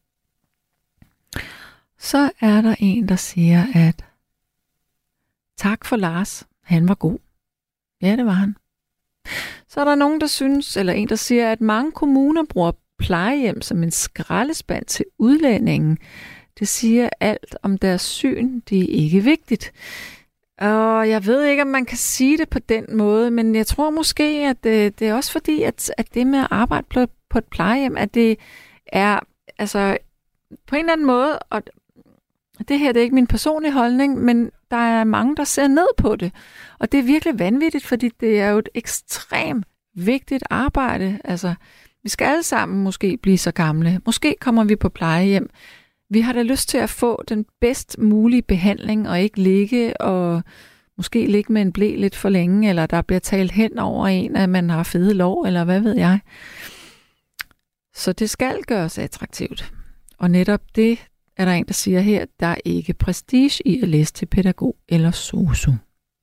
Så er der en, der siger, at tak for Lars, han var god. Ja, det var han. Så er der nogen, der synes, eller en, der siger, at mange kommuner bruger plejehjem som en skraldespand til udlændingen. Det siger alt om deres syn. Det er ikke vigtigt. Og jeg ved ikke, om man kan sige det på den måde, men jeg tror måske, at det er også fordi, at det med at arbejde på et plejehjem, at det er altså på en eller anden måde, og det her det er ikke min personlige holdning, men der er mange, der ser ned på det. Og det er virkelig vanvittigt, fordi det er jo et ekstremt vigtigt arbejde. Altså, vi skal alle sammen måske blive så gamle. Måske kommer vi på plejehjem. Vi har da lyst til at få den bedst mulige behandling, og ikke ligge og måske ligge med en ble lidt for længe, eller der bliver talt hen over en, at man har fede lår, eller hvad ved jeg. Så det skal gøres attraktivt. Og netop det er der en, der siger her, der er ikke prestige i at læse til pædagog eller sosu.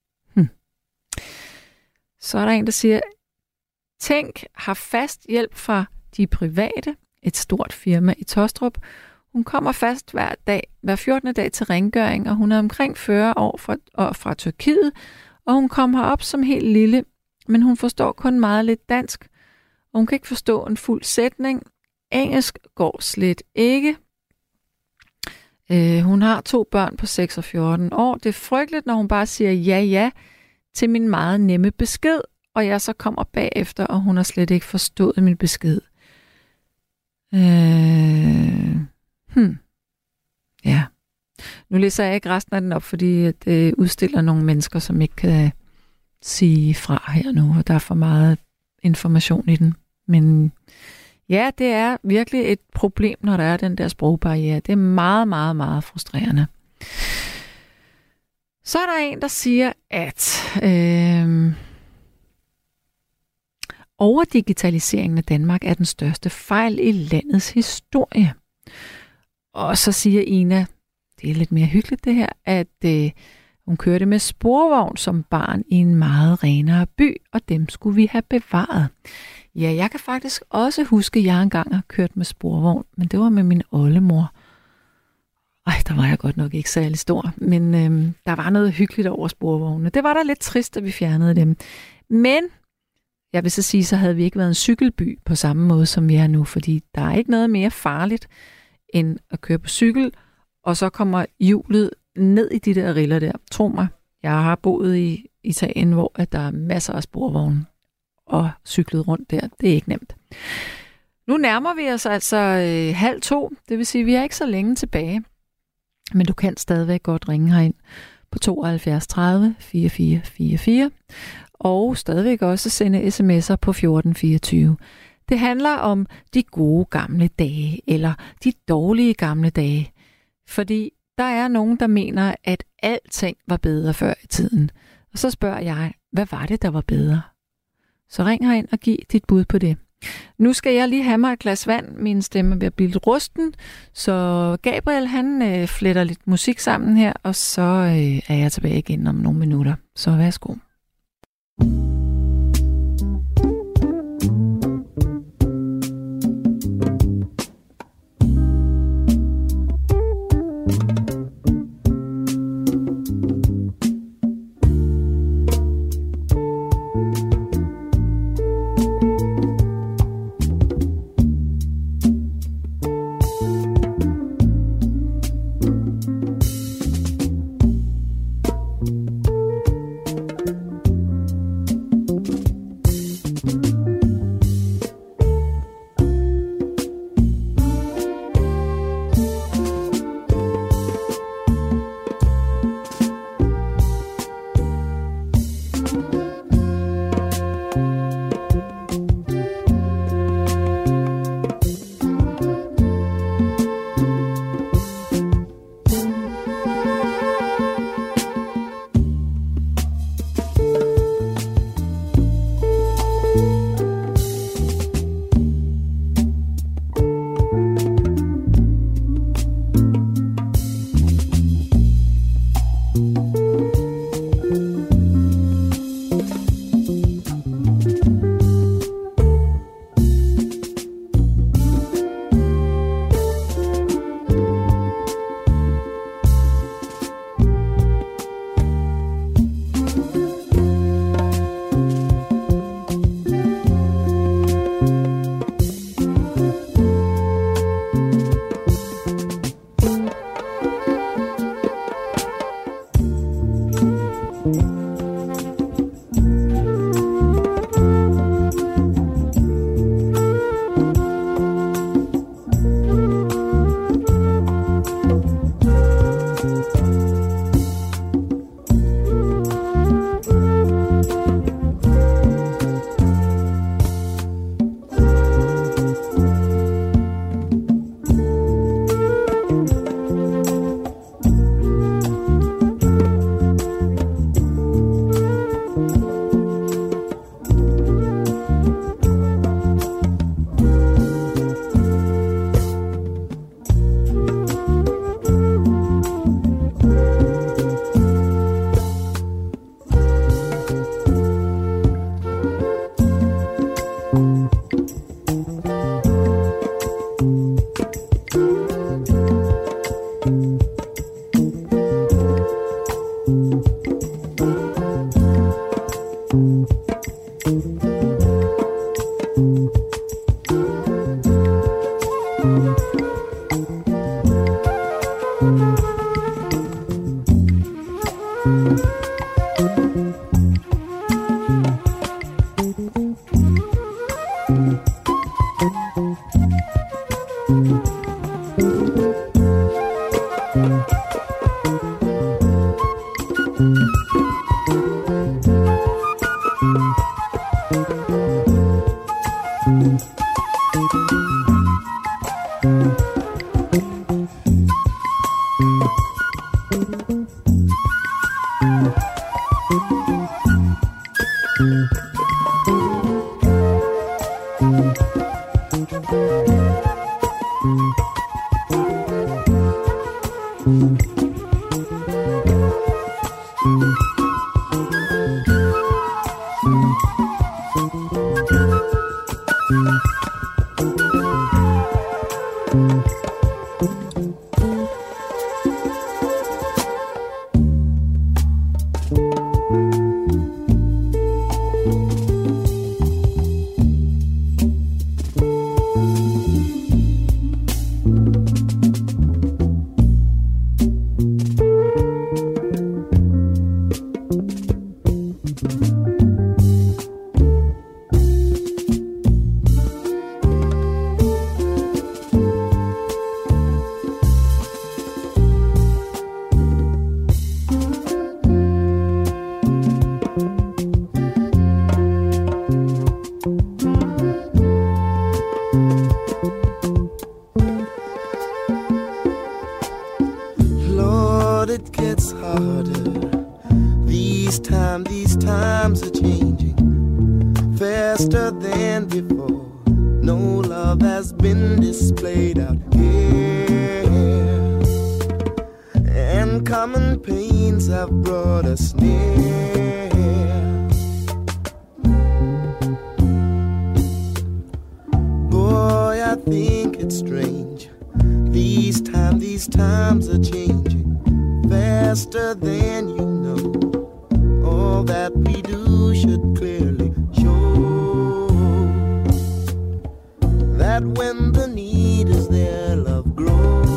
Så er der en, der siger, Tænk har fast hjælp fra de private, et stort firma i Tostrup. Hun kommer fast hver 14. dag til rengøring, og hun er omkring 40 år fra Tyrkiet, og hun kom herop som helt lille, men hun forstår kun meget lidt dansk, og hun kan ikke forstå en fuld sætning. Engelsk går slet ikke. Hun har 2 børn på 6 og 14 år. Det er frygteligt, når hun bare siger ja til min meget nemme besked, og jeg så kommer bagefter, og hun har slet ikke forstået min besked. Ja. Nu læser jeg ikke resten af den op, fordi det udstiller nogle mennesker, som ikke kan sige fra her nu, og der er for meget information i den. Men ja, det er virkelig et problem, når der er den der sprogbarriere. Det er meget, meget, meget frustrerende. Så er der en, der siger, at overdigitaliseringen af Danmark er den største fejl i landets historie. Og så siger Ina, det er lidt mere hyggeligt det her, at hun kørte med sporvogn som barn i en meget renere by, og dem skulle vi have bevaret. Ja, jeg kan faktisk også huske, at jeg engang har kørt med sporvogn, men det var med min oldemor. Der var jeg godt nok ikke særlig stor, men der var noget hyggeligt over sporvognene. Det var da lidt trist, at vi fjernede dem. Men jeg vil så sige, så havde vi ikke været en cykelby på samme måde, som vi er nu, fordi der er ikke noget mere farligt, end at køre på cykel, og så kommer hjulet ned i de der riller der. Tro mig, jeg har boet i Italien, hvor at der er masser af sporvogne og cyklet rundt der. Det er ikke nemt. Nu nærmer vi os altså 1:30, det vil sige, at vi er ikke så længe tilbage. Men du kan stadigvæk godt ringe herind på 72 30 44 44 og stadigvæk også sende sms'er på 1424. Det handler om de gode gamle dage, eller de dårlige gamle dage. Fordi der er nogen, der mener, at alting var bedre før i tiden. Og så spørger jeg, hvad var det, der var bedre? Så ring herind og giv dit bud på det. Nu skal jeg lige have mig et glas vand. Min stemme er ved at blive lidt rusten. Så Gabriel, han fletter lidt musik sammen her, og så er jeg tilbage igen om nogle minutter. Så værsgo. gets harder. These times are changing faster than before. No love has been displayed out here, and common pains have brought us near. Boy, I think it's strange. These times are changing faster than you know. All that we do should clearly show that when the need is there, love grows.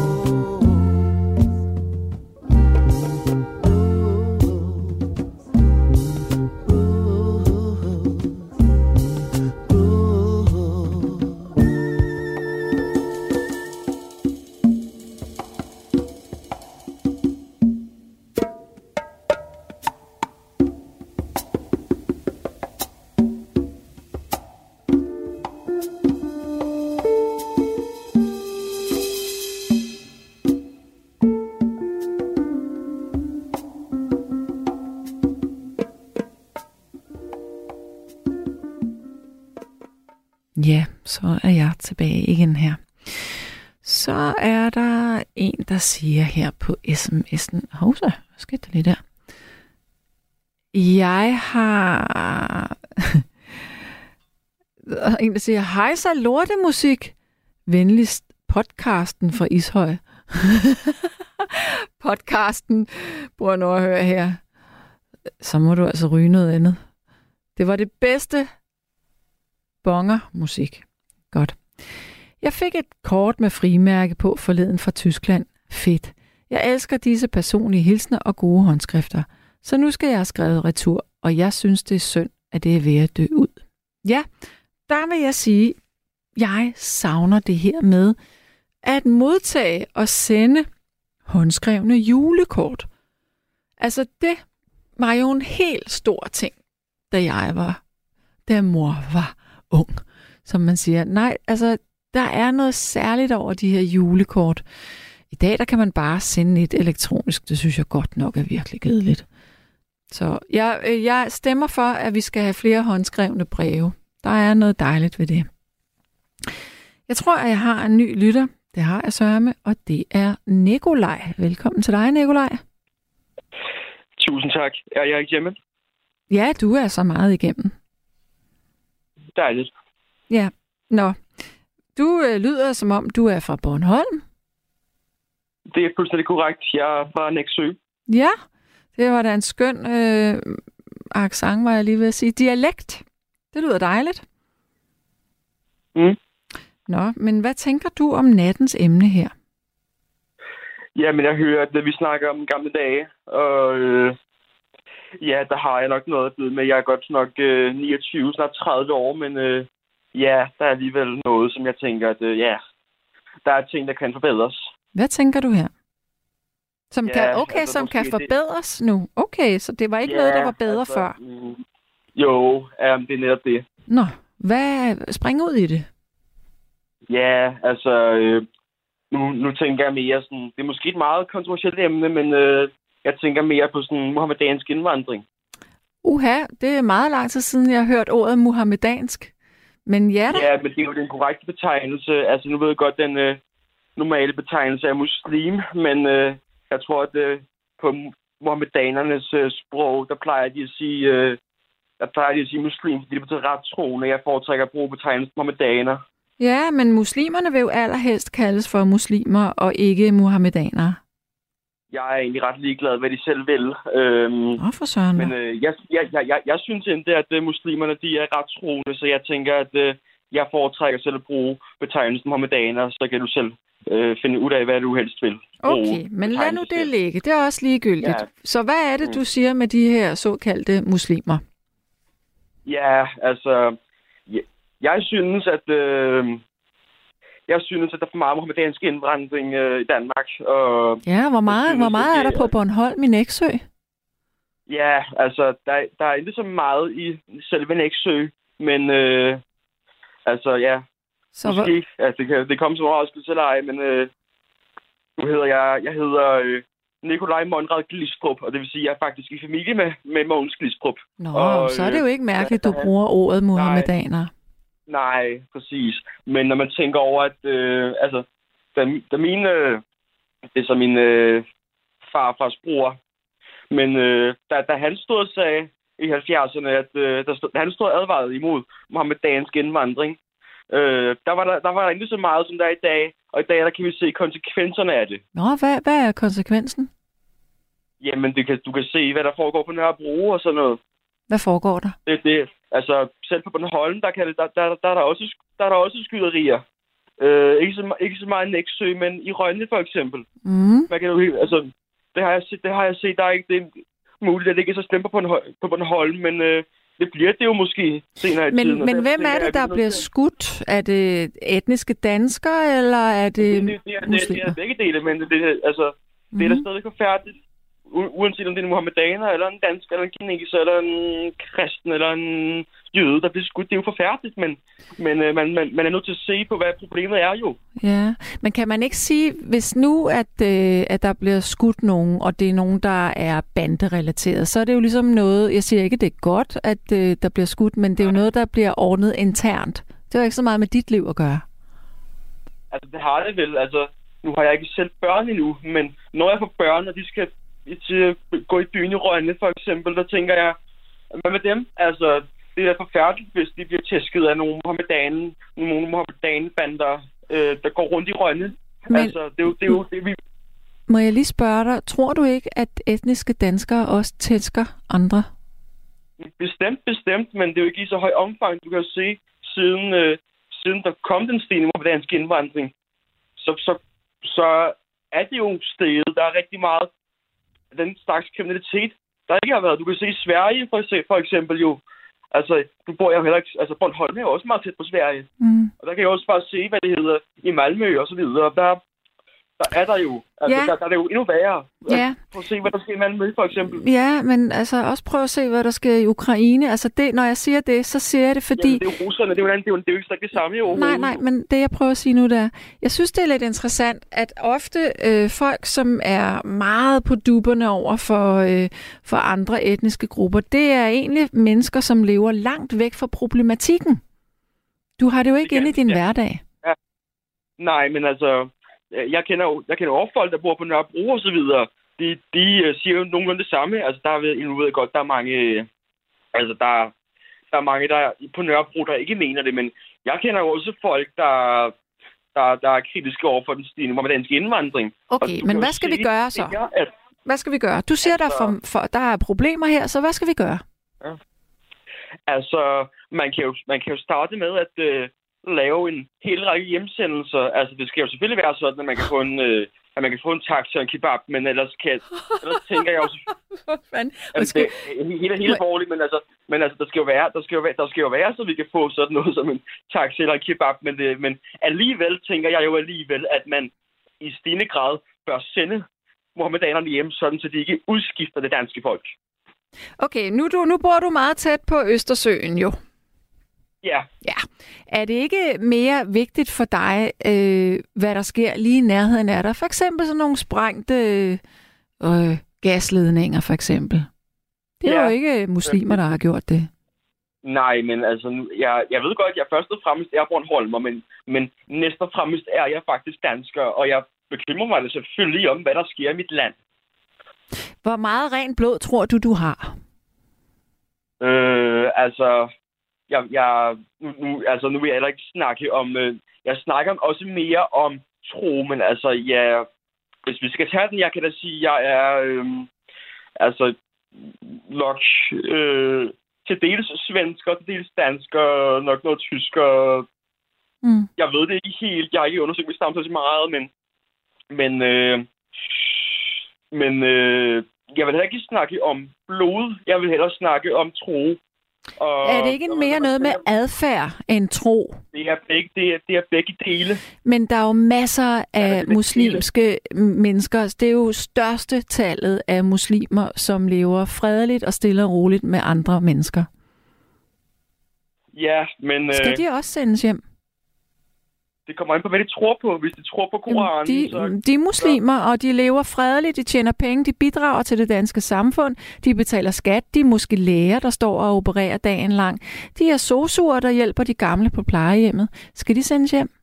Ja, så er jeg tilbage igen her. Så er der en, der siger her på sms'en. Hovsa, hvad skete der lige der? Jeg har... en, der siger, hej så lortemusik. Venligst podcasten fra Ishøj. Podcasten, bruger nu at høre her. Så må du altså ryge noget andet. Det var det bedste bonger-musik. Godt. Jeg fik et kort med frimærke på forleden fra Tyskland. Fedt. Jeg elsker disse personlige hilsner og gode håndskrifter. Så nu skal jeg have skrevet retur, og jeg synes, det er synd, at det er ved at dø ud. Ja, der vil jeg sige, jeg savner det her med at modtage og sende håndskrevne julekort. Altså, det var jo en helt stor ting, da mor var ung, som man siger. Nej, altså, der er noget særligt over de her julekort. I dag, der kan man bare sende et elektronisk. Det synes jeg godt nok er virkelig kedeligt. Så jeg stemmer for, at vi skal have flere håndskrevne breve. Der er noget dejligt ved det. Jeg tror, at jeg har en ny lytter. Det har jeg sørme, og det er Nikolaj. Velkommen til dig, Nikolaj. Tusind tak. Er jeg ikke hjemme? Ja, du er så meget igennem. Dejligt. Ja, nå. Du lyder, som om du er fra Bornholm. Det er fuldstændig korrekt. Jeg er fra Nexø. Ja, det var da en skøn accent, var jeg lige ved at sige. Dialekt. Det lyder dejligt. Mm. Nå, men hvad tænker du om nattens emne her? Jamen, jeg hører, at vi snakker om gamle dage, og ja, der har jeg nok noget at byde med. Jeg er godt nok 29, snart 30 år, men ja, der er alligevel noget, som jeg tænker, at ja, der er ting, der kan forbedres. Hvad tænker du her? Som kan det forbedres nu? Okay, så det var ikke noget, der var bedre før? Jo, det er netop det. Nå, spring ud i det. Ja, altså, nu tænker jeg mere sådan, det er måske et meget kontroversielt emne, men jeg tænker mere på sådan muhammedansk indvandring. Det er meget lang tid siden, jeg har hørt ordet muhammedansk. Men ja da. Ja, men det er jo den korrekte betegnelse. Altså, nu ved jeg godt, den normale betegnelse er muslim, men jeg tror, at på muhammedanernes sprog, der plejer de at sige muslim, fordi det betyder ret troende. Jeg foretrækker at bruge betegnelsen muhammedaner. Ja, men muslimerne vil jo allerhelst kaldes for muslimer og ikke muhammedanere. Jeg er egentlig ret ligeglad, hvad de selv vil. For søren. Men jeg synes egentlig, at muslimerne de er ret troende, så jeg tænker, at jeg foretrækker selv at bruge betegnelsen muhammedaner, så kan du selv finde ud af, hvad du helst vil. Okay, men lad nu det ligge. Det er også ligegyldigt. Ja. Så hvad er det, du siger med de her såkaldte muslimer? Ja, altså... Jeg synes, at der er for meget muhammedansk indvandring i Danmark. Og ja, hvor meget er der på Bornholm i Nexø? Ja, altså, der er ikke så meget i selve Nexø, men altså, ja. Så måske, det kommer som overraskelse eller ej, men nu hedder jeg hedder Nikolaj Monrad Glistrup, og det vil sige, at jeg er faktisk i familie med Mogens Glistrup. Nå, og, så er det jo ikke mærkeligt, du bruger ordet muhammedaner. Nej, præcis. Men når man tænker over, at da min det er så min farfars bror, men da han stod og sagde i 70'erne, at han stod advaret imod muhammedansk indvandring, der var der ikke så meget, som der er i dag. Og i dag der kan vi se konsekvenserne af det. Nå, hvad er konsekvensen? Jamen, du kan se, hvad der foregår på Nørrebro og sådan noget. Hvad foregår der? Det altså, selv på Bornholm, der er der også skyderier. Ikke så meget i Nexø, men i Rønne for eksempel. Mm. Det har jeg set. Der er ikke det muligt, at det ikke er så slemt på Bornholm, men det bliver det jo måske senere i tiden. Men hvem er det, der bliver skudt? Er det etniske danskere, eller er det muslimer? Det er begge dele, men det er da stadig forfærdeligt. Uanset om det er en muhammedaner, eller en dansk, eller en kineser, eller en kristen, eller en jøde, der bliver skudt. Det er jo forfærdeligt, men man er nødt til at se på, hvad problemet er jo. Ja, men kan man ikke sige, hvis nu, at der bliver skudt nogen, og det er nogen, der er banderelateret, så er det jo ligesom noget, jeg siger ikke, det er godt, at der bliver skudt, men det er jo noget, der bliver ordnet internt. Det har ikke så meget med dit liv at gøre. Altså, det har det vel. Altså, nu har jeg ikke selv børn endnu, men når jeg får børn, og de skal gå i byen i Rønne, for eksempel, der tænker jeg, hvad med dem? Altså, det er forfærdeligt, hvis de bliver tæsket af nogle muhammedanbander, der går rundt i Rønne. Men, altså, det er jo det, vi... Må jeg lige spørge dig, tror du ikke, at etniske danskere også tæsker andre? Bestemt, men det er jo ikke i så høj omfang. Du kan jo se, siden der kom den stigende muhammedanske indvandring, så er det jo steget. Der er rigtig meget den slags kriminalitet, der ikke har været. Du kan se i Sverige for eksempel jo. Altså, du bor jo heller ikke... Altså, Bornholm er jo også meget tæt på Sverige. Mm. Og der kan jeg også bare se, hvad det hedder i Malmø og så videre. Der er der jo... Altså, der er det jo endnu værre. Ja. Prøv at se, hvad der sker i Malmø, for eksempel. Ja, men altså også prøv at se, hvad der sker i Ukraine. Altså, det, når jeg siger det, så siger jeg det, fordi... Jamen, det er jo russerne, det er jo ikke slet det samme i overhovedet. Nej, men det, jeg prøver at sige nu, der... Jeg synes, det er lidt interessant, at ofte folk, som er meget på dupperne over for andre etniske grupper, det er egentlig mennesker, som lever langt væk fra problematikken. Du har det jo ikke inde i din hverdag. Ja. Nej, men altså... Jeg kender jo folk, der bor på Nørrebro og så videre. De siger jo nogenlunde det samme. Altså, nu ved jeg godt, der er mange... Altså, der er mange, der på Nørrebro, der ikke mener det, men jeg kender jo også folk, der er kritiske over for den stigende muhammedanske indvandring. Okay, men hvad skal vi gøre så? Hvad skal vi gøre? Du siger, der er problemer her, så hvad skal vi gøre? Ja. Altså, man kan jo starte med at lave en hel række hjemsendelser. Altså, det skal jo selvfølgelig være sådan, at man kan få en taxa og en kebab, men ellers tænker jeg også... Helt dårligt, men altså, der skal jo være, så vi kan få sådan noget som en taxa eller en kebab, men alligevel tænker jeg jo at man i stigende grad bør sende muhammedanerne hjem, sådan så de ikke udskifter det danske folk. Okay, nu bor du meget tæt på Østersøen, jo. Ja. Er det ikke mere vigtigt for dig, hvad der sker lige i nærheden af dig? For eksempel sådan nogle sprængte gasledninger, for eksempel. Det er jo ikke muslimer, der har gjort det. Nej, men altså, jeg ved godt, at jeg først og fremmest er bornholmer, men næst og fremmest er jeg faktisk dansker, og jeg bekymrer mig det selvfølgelig om, hvad der sker i mit land. Hvor meget rent blod tror du har? Nu vil jeg heller ikke snakke om... jeg snakker også mere om tro, men altså, ja... Hvis vi skal tage den, jeg kan da sige, jeg er... nok til dels svensker, til dels dansker, nok noget tysker. Mm. Jeg ved det ikke helt. Jeg har ikke undersøgt mit stamtid så meget, men jeg vil heller ikke snakke om blod. Jeg vil hellere snakke om tro. Er det ikke mere noget med adfærd end tro? Det er begge dele. Men der er jo masser af muslimske mennesker. Det er jo største tallet af muslimer, som lever fredeligt og stille og roligt med andre mennesker. Ja, men... Skal de også sendes hjem? Det kommer ind på, hvad de tror på. Hvis de tror på Koranen, de er muslimer, og de lever fredeligt, de tjener penge, de bidrager til det danske samfund, de betaler skat, de er måske læger, der står og opererer dagen lang. De er sosuer, der hjælper de gamle på plejehjemmet. Skal de sendes hjem?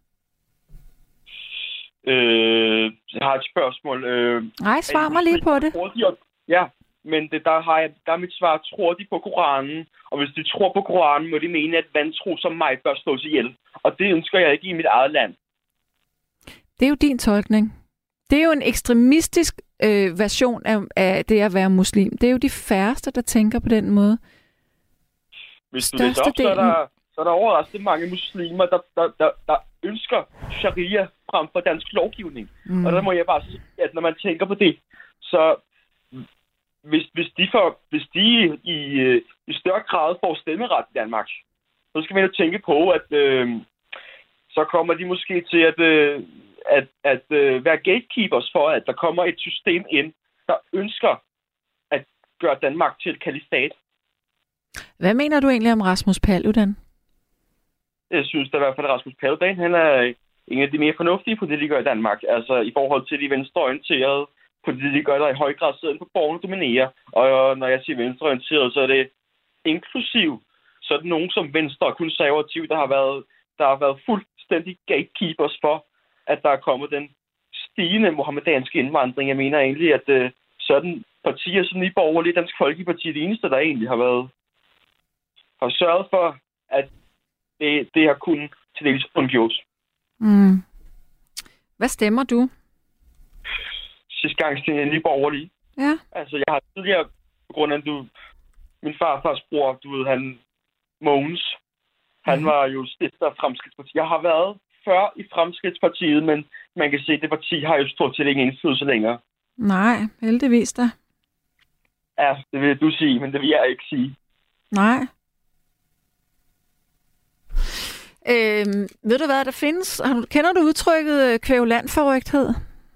Jeg har et spørgsmål. Nej, svar mig lige på det. Ja, men der er mit svar. Tror de på Koranen? Og hvis de tror på Koranen, må de mene, at vantro som mig bør slås ihjel. Og det ønsker jeg ikke i mit eget land. Det er jo din tolkning. Det er jo en ekstremistisk version af det at være muslim. Det er jo de færreste, der tænker på den måde. Hvis du læser op, så er der overraskende mange muslimer, der ønsker sharia frem for dansk lovgivning. Og der må jeg bare sige, at når man tænker på det, så hvis de i større grad får stemmeret i Danmark, så skal man jo tænke på, at så kommer de måske til at være gatekeepers for, at der kommer et system ind, der ønsker at gøre Danmark til et kalifat. Hvad mener du egentlig om Rasmus Paludan? Jeg synes da i hvert fald, at Rasmus Paludan, han er en af de mere fornuftige politikere i Danmark. Altså i forhold til de venstreorienterede politikere, der i høj grad sidder på borgerne dominerer. Og når jeg siger venstreorienterede, så er det inklusiv sådan nogen som Venstre og konservative, der har været fuldstændig gatekeepers for, at der er kommet den stigende mohammedanske indvandring. Jeg mener egentlig, at sådan partier som Nye Borgerlige, Dansk Folkeparti, det eneste, der egentlig har sørget for, at det har kunnet til dels undgås. Hvad stemmer du? Sidste gang til Nye Borgerlige. Ja. Altså, jeg har tidligere, på grund af, min farfars bror, han Mogens, han var jo stifter af Fremskridtspartiet. Jeg har været før i Fremskridtspartiet, men man kan se, at det parti har jo stort set ingen indflydelse længere. Nej, heldigvis da. Ja, det vil du sige, men det vil jeg ikke sige. Nej. Ved du hvad, der findes? Kender du udtrykket kvævlandforrygthed?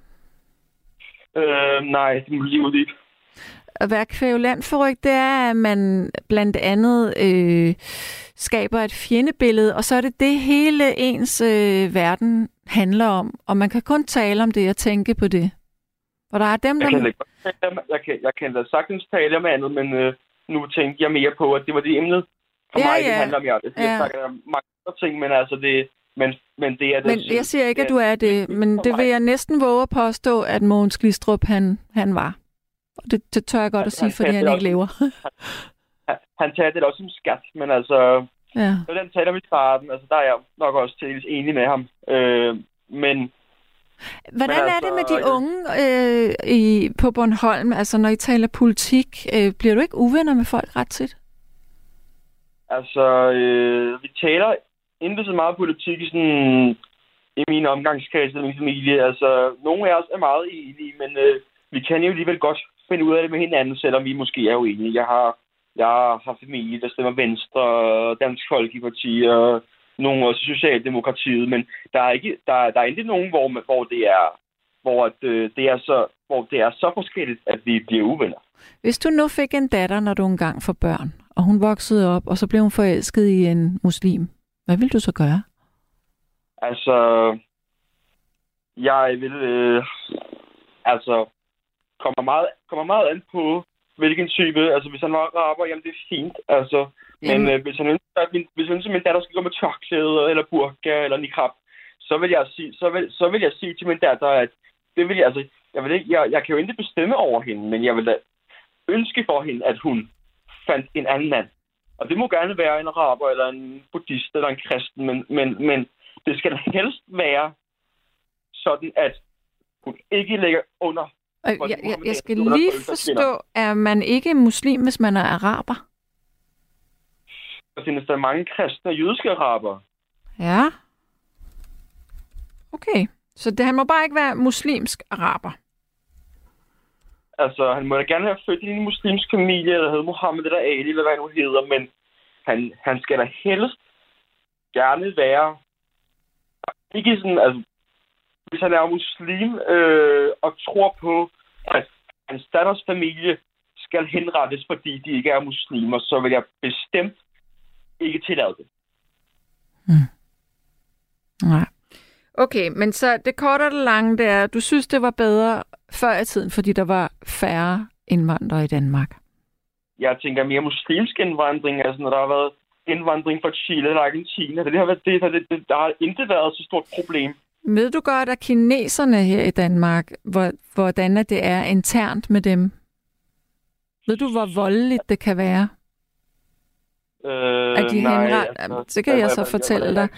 Nej, det må lige uddybe. At være kvævlandforrygt, det er, at man blandt andet skaber et fjendebillede, og så er det hele ens verden handler om. Og man kan kun tale om det og tænke på det. Og der er dem, der... Jeg kan da sagtens tale om andet, men nu tænker jeg mere på, at det var det emnet. For mig, det handler om hjertet. Jeg snakker om mange ting, men altså det... Men det er det. Men jeg siger ikke, at du er det, men det vil jeg næsten våge at påstå, at Mogens Glistrup, han var. Og det tør jeg godt at sige, fordi han ikke lever. Han tager det også som skat, men altså... Ja. Så den taler vi i starten. Altså, der er jeg nok også til enig med ham. Hvordan er det med de unge på Bornholm? Altså, når I taler politik, bliver du ikke uvenner med folk ret tit? Altså, vi taler ikke så meget politik i min omgangskreds og min familie. Altså, nogle af os er meget enige, men vi kan jo alligevel godt finde ud af det med hinanden, selvom vi måske er uenige. Jeg har familie, der stemmer Venstre, Dansk Folkeparti og nogle også Socialdemokratiet, men der er ikke nogen, hvor det er så forskelligt, at vi bliver uvenner. Hvis du nu fik en datter, når du engang får børn, og hun voksede op, og så blev hun forelsket i en muslim, hvad vil du så gøre? Altså, jeg vil kommer meget an på, hvilken type. Altså, hvis han var araber, jamen det er fint. Altså, men hvis han ønsker, at min datter skal gå med tørklæde, eller burka, eller niqab, så vil jeg sige til min datter, at det vil jeg, altså, jeg kan jo ikke bestemme over hende, men jeg vil da ønske for hende, at hun fandt en anden mand. Og det må gerne være en araber, eller en buddhist, eller en kristen, men det skal helst være sådan, at hun ikke ligger under. Jeg skal lige forstå, at man ikke er muslim, hvis man er araber? Der findes der mange kristne og jødiske araber. Ja. Okay. Så han må bare ikke være muslimsk araber? Altså, han må da gerne have født i en muslimsk familie, eller hedder Mohammed eller Ali, eller hvad han nu hedder, men han skal da helst gerne være ikke sådan, altså, hvis han er muslim og tror på, at hans datters familie skal henrettes, fordi de ikke er muslimer, så vil jeg bestemt ikke tillade det. Nej. Okay, men så det korte og det lange, det er, du synes, det var bedre før i tiden, fordi der var færre indvandrere i Danmark? Jeg tænker mere muslimsk indvandring, altså når der har været indvandring fra Chile eller Argentina. Det der har ikke været så stort problem. Ved du godt, at kineserne her i Danmark, hvordan det er internt med dem? Ved du, hvor voldeligt det kan være? At de det kan jeg så fortælle dig.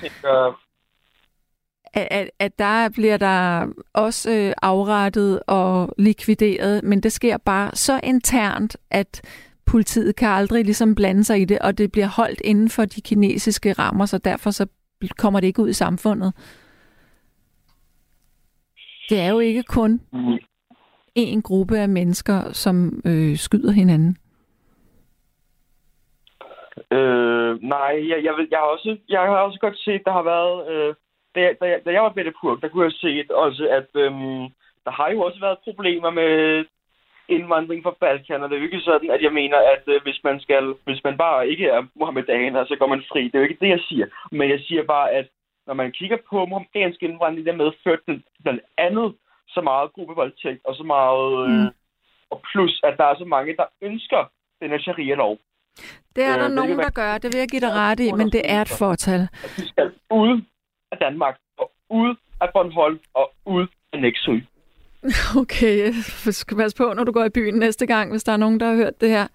At der bliver der også afrettet og likvideret, men det sker bare så internt, at politiet kan aldrig ligesom blande sig i det, og det bliver holdt inden for de kinesiske rammer, så derfor så kommer det ikke ud i samfundet. Det er jo ikke kun en gruppe af mennesker, som skyder hinanden. Nej, jeg har også godt set, der har været... Da jeg var Bette Purk, der kunne jeg se også, at der har jo også været problemer med indvandring fra Balkan, og det er jo ikke sådan, at jeg mener, at hvis man bare ikke er muhammedaner, så går man fri. Det er jo ikke det, jeg siger. Men jeg siger bare, at når man kigger på muhammedansk indvandring, der medført blandt andet så meget gruppevoldtægt, og så meget... og plus, at der er så mange, der ønsker den her sharia-lov. Det er der nogen, der gør. Det vil jeg give dig ret i, men det er et fortal. At de skal ud af Danmark, og ud af Bornholm, og ud af Nexø. Okay, jeg skal passe på, når du går i byen næste gang, hvis der er nogen, der har hørt det her.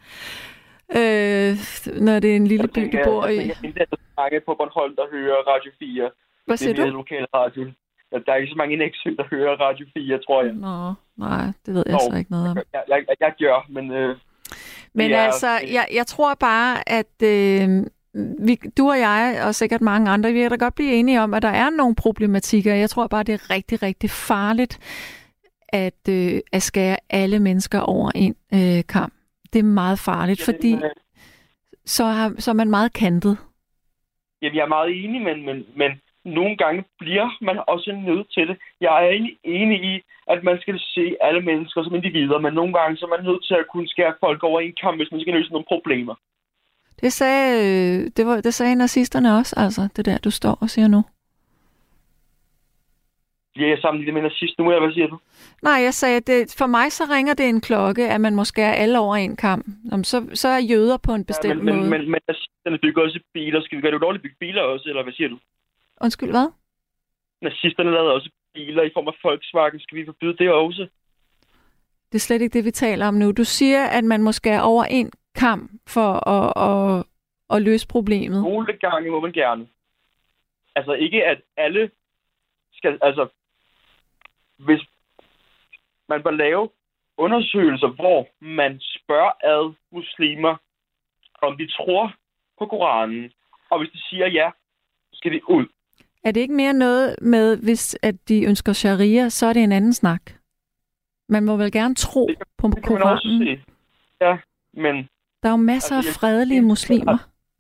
Når det er en lille by, du bor i. Jeg tænker, at der er mange på Bornholm, der hører Radio 4. Hvad siger du? Det er lokale radio. Der er ikke så mange i Nexø, der hører Radio 4, tror jeg. Nå, nej, det ved jeg så ikke noget om. Jeg gør, men... Men altså, jeg tror bare, at du og jeg, og sikkert mange andre, vi kan da godt blive enige om, at der er nogle problematikker. Jeg tror bare, det er rigtig, rigtig farligt at skære alle mennesker over en kamp. Det er meget farligt, fordi så er man meget kantet. Jamen, jeg er meget enig, men nogle gange bliver man også nødt til det. Jeg er egentlig enig i, at man skal se alle mennesker som individer, men nogle gange så er man nødt til at kunne skære folk over en kamp, hvis man skal løse nogle problemer. Det sagde nazisterne også, altså, det der, du står og siger nu. Ja, jeg sammenligner med nazist nu, hvad siger du? Nej, jeg sagde, at for mig så ringer det en klokke, at man må skære alle over en kamp. Så er jøder på en bestemt måde. Men nazisterne bygger også biler. Skal vi gøre det ulovligt at bygge biler også, eller hvad siger du? Undskyld, hvad? Nazisterne lavede også biler i form af Volkswagen. Skal vi forbyde det også? Det er slet ikke det, vi taler om nu. Du siger, at man må skære over en kamp for at løse problemet. Nogle gange må man gerne. Altså ikke, at alle skal... Altså, hvis man bør lave undersøgelser, hvor man spørger ad muslimer, om de tror på Koranen, og hvis de siger ja, så skal de ud. Er det ikke mere noget med, hvis at de ønsker sharia, så er det en anden snak? Man må vel gerne tro på Koranen? Det kan man også se. Ja, men... Der er jo masser af fredelige muslimer.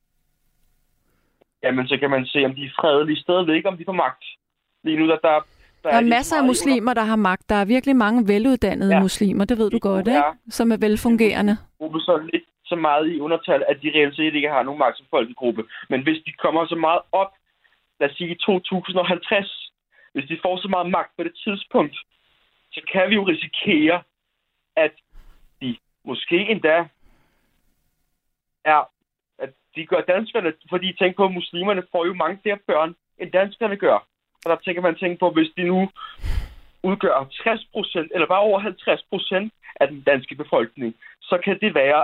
Jamen, så kan man se, om de er fredelige stadigvæk, om de får magt. Lige nu, der er masser af muslimer, der har magt. Der er virkelig mange veluddannede muslimer, det ved du godt, ikke? Som er velfungerende. Gruppe så lidt så meget i undertal, at de reelt set ikke har nogen magt som folkegruppe. Men hvis de kommer så meget op, lad os sige 2050, hvis de får så meget magt på det tidspunkt, så kan vi jo risikere, at de måske endda at de gør danskerne, fordi tænk på, at muslimerne får jo mange flere børn, end danskerne gør. Og der tænker man på, hvis de nu udgør 60%, eller bare over 50% af den danske befolkning, så kan det være,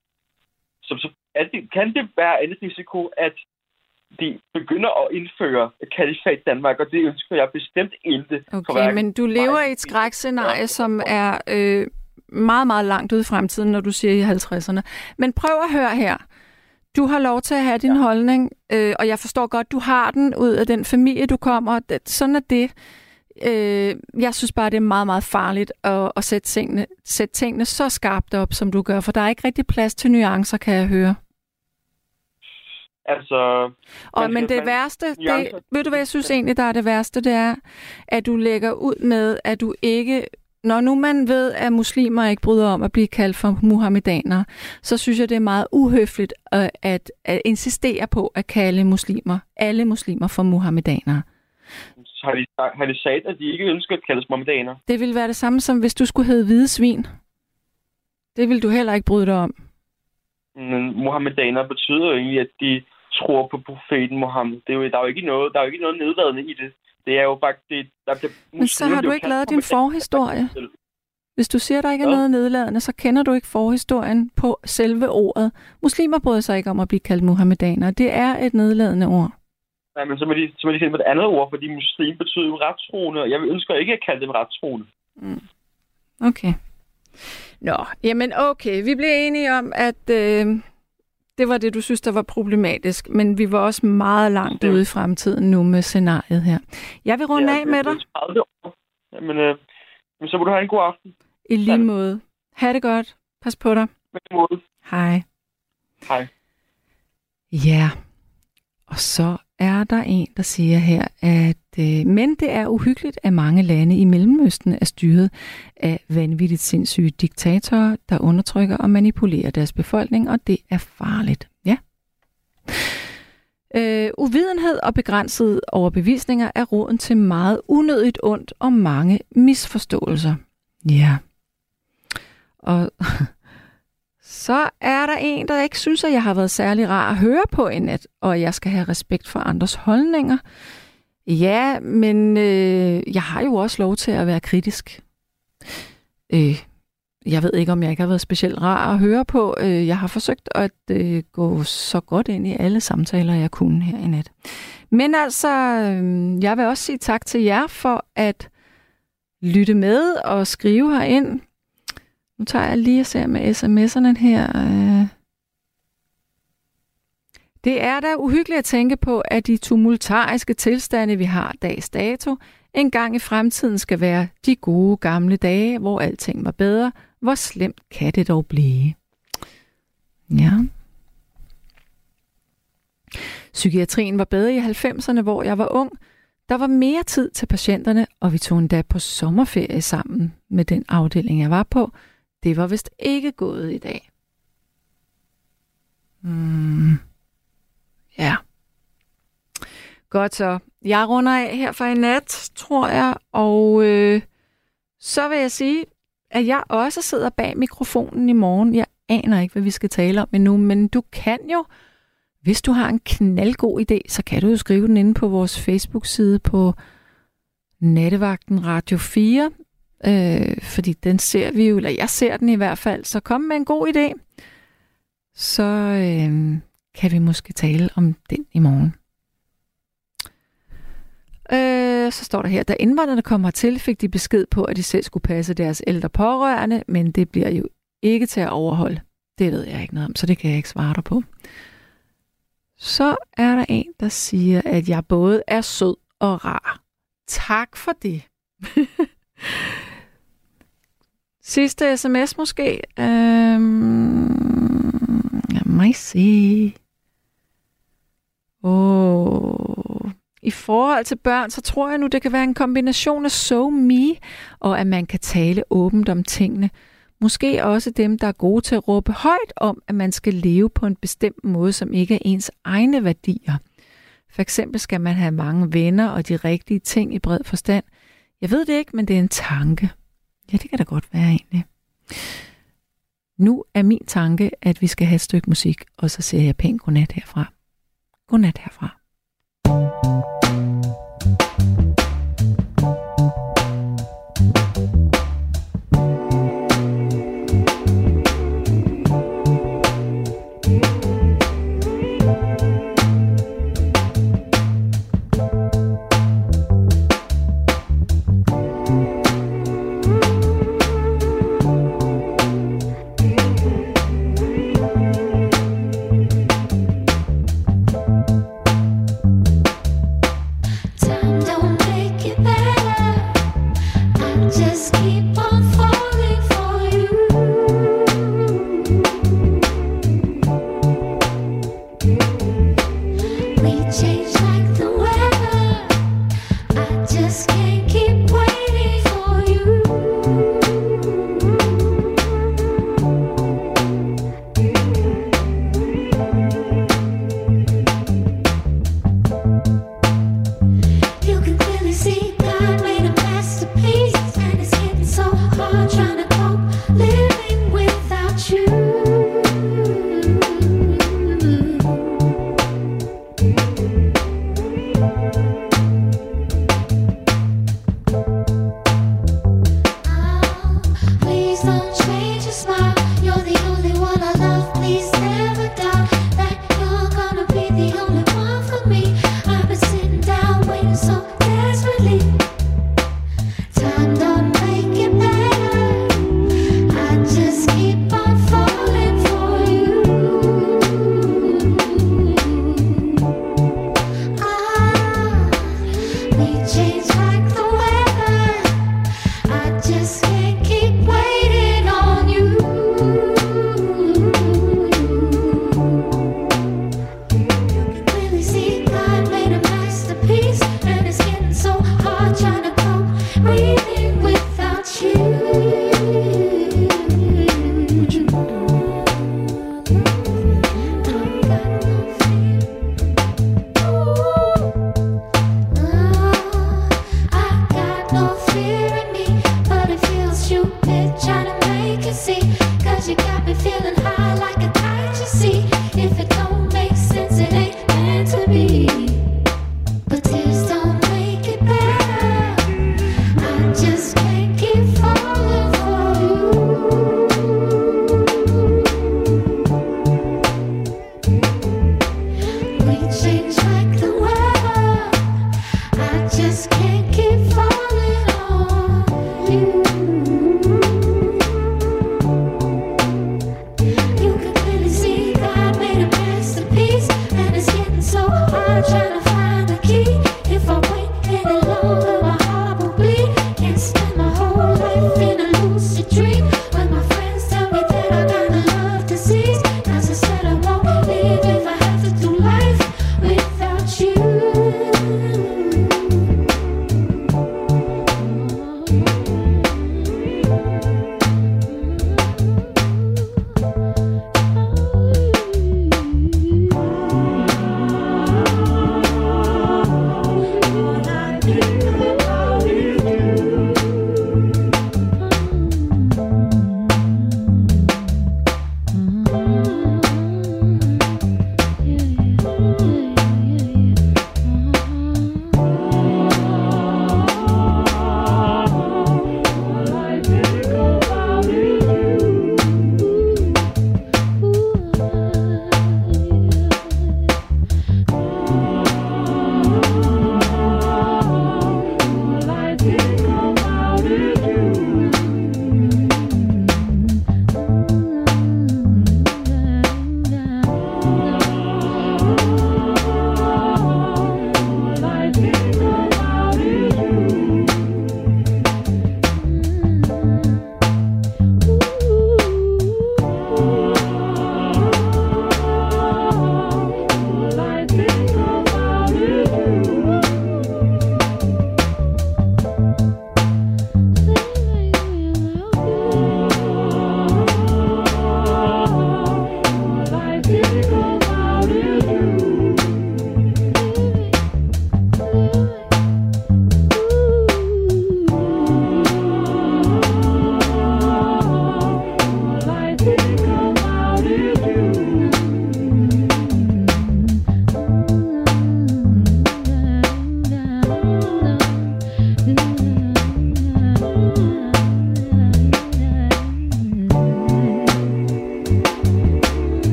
kan det være en risiko, at de begynder at indføre et kalifat i Danmark, og det ønsker jeg bestemt ikke. Okay, men du lever i et skrækscenarie, som er meget, meget langt ude i fremtiden, når du siger i 50'erne. Men prøv at høre her. Du har lov til at have din holdning, og jeg forstår godt, du har den ud af den familie, du kommer. Sådan er det. Jeg synes bare, det er meget, meget farligt at sætte tingene så skarpt op, som du gør, for der er ikke rigtig plads til nuancer, kan jeg høre. Altså... Men det værste, ved du hvad jeg synes egentlig, der er det værste, det er, at du lægger ud med, at du ikke... Når nu man ved, at muslimer ikke bryder om at blive kaldt for muhammedanere, så synes jeg, det er meget uhøfligt at insistere på at kalde alle muslimer for muhammedanere. har de sagt, at de ikke ønsker at kaldes mohammedaner? Det vil være det samme som, hvis du skulle hedde hvide svin. Det vil du heller ikke bryde dig om. Men mohammedaner betyder jo egentlig, at de tror på profeten Mohammed. Der er jo ikke noget nedladende i det. Det er jo faktisk... Men så har du ikke lavet din forhistorie. Hvis du siger, at der ikke er noget nedladende, så kender du ikke forhistorien på selve ordet. Muslimer bryder sig ikke om at blive kaldt muhammedaner. Det er et nedladende ord. Nej, men så må de finde på et andet ord, fordi muslim betyder jo retstroende, og jeg ønsker ikke at kalde dem retstroende. Mm. Okay. Nå, jamen okay. Vi blev enige om, at det var det, du synes, der var problematisk, men vi var også meget langt ude i fremtiden nu med scenariet her. Jeg vil runde af med dig. Jamen, så må du have en god aften. I lige måde. Ha' det godt. Pas på dig. Med måde. Hej. Hej. Ja, og så er der en, der siger her, at men det er uhyggeligt, at mange lande i Mellemøsten er styret af vanvittigt sindssyge diktatorer, der undertrykker og manipulerer deres befolkning, og det er farligt. Ja. Uvidenhed og begrænsede overbevisninger er roden til meget unødigt ondt og mange misforståelser. Ja. Og så er der en, der ikke synes, at jeg har været særlig rar at høre på i nat, og jeg skal have respekt for andres holdninger. Ja, men jeg har jo også lov til at være kritisk. Jeg ved ikke, om jeg ikke har været specielt rar at høre på. Jeg har forsøgt at gå så godt ind i alle samtaler, jeg kunne her i nat. Men altså, jeg vil også sige tak til jer for at lytte med og skrive herind. Nu tager jeg lige og ser med sms'erne her. Det er da uhyggeligt at tænke på, at de tumultariske tilstande, vi har dags dato, en gang i fremtiden skal være de gode gamle dage, hvor alting var bedre. Hvor slemt kan det dog blive? Ja. Psykiatrien var bedre i 90'erne, hvor jeg var ung. Der var mere tid til patienterne, og vi tog endda på sommerferie sammen med den afdeling, jeg var på. Det var vist ikke gået i dag. Ja. Godt så. Jeg runder af her for i nat, tror jeg. Og så vil jeg sige, at jeg også sidder bag mikrofonen i morgen. Jeg aner ikke, hvad vi skal tale om endnu, men du kan jo, hvis du har en knaldgod idé, så kan du jo skrive den inde på vores Facebook-side på Nattevagten Radio 4. Fordi den ser vi jo, eller jeg ser den i hvert fald. Så kom med en god idé. Så kan vi måske tale om den i morgen. Så står der her, da indvandrerne kommer til, fik de besked på, at de selv skulle passe deres ældre pårørende, men det bliver jo ikke til at overholde. Det ved jeg ikke noget om, så det kan jeg ikke svare dig på. Så er der en, der siger, at jeg både er sød og rar. Tak for det. Sidste sms måske. Lad mig se. I forhold til børn, så tror jeg nu, det kan være en kombination af SoMe, og at man kan tale åbent om tingene. Måske også dem, der er gode til at råbe højt om, at man skal leve på en bestemt måde, som ikke er ens egne værdier. For eksempel skal man have mange venner og de rigtige ting i bred forstand. Jeg ved det ikke, men det er en tanke. Ja, det kan da godt være egentlig. Nu er min tanke, at vi skal have et stykke musik, og så siger jeg pænt godnat herfra. Godnat herfra.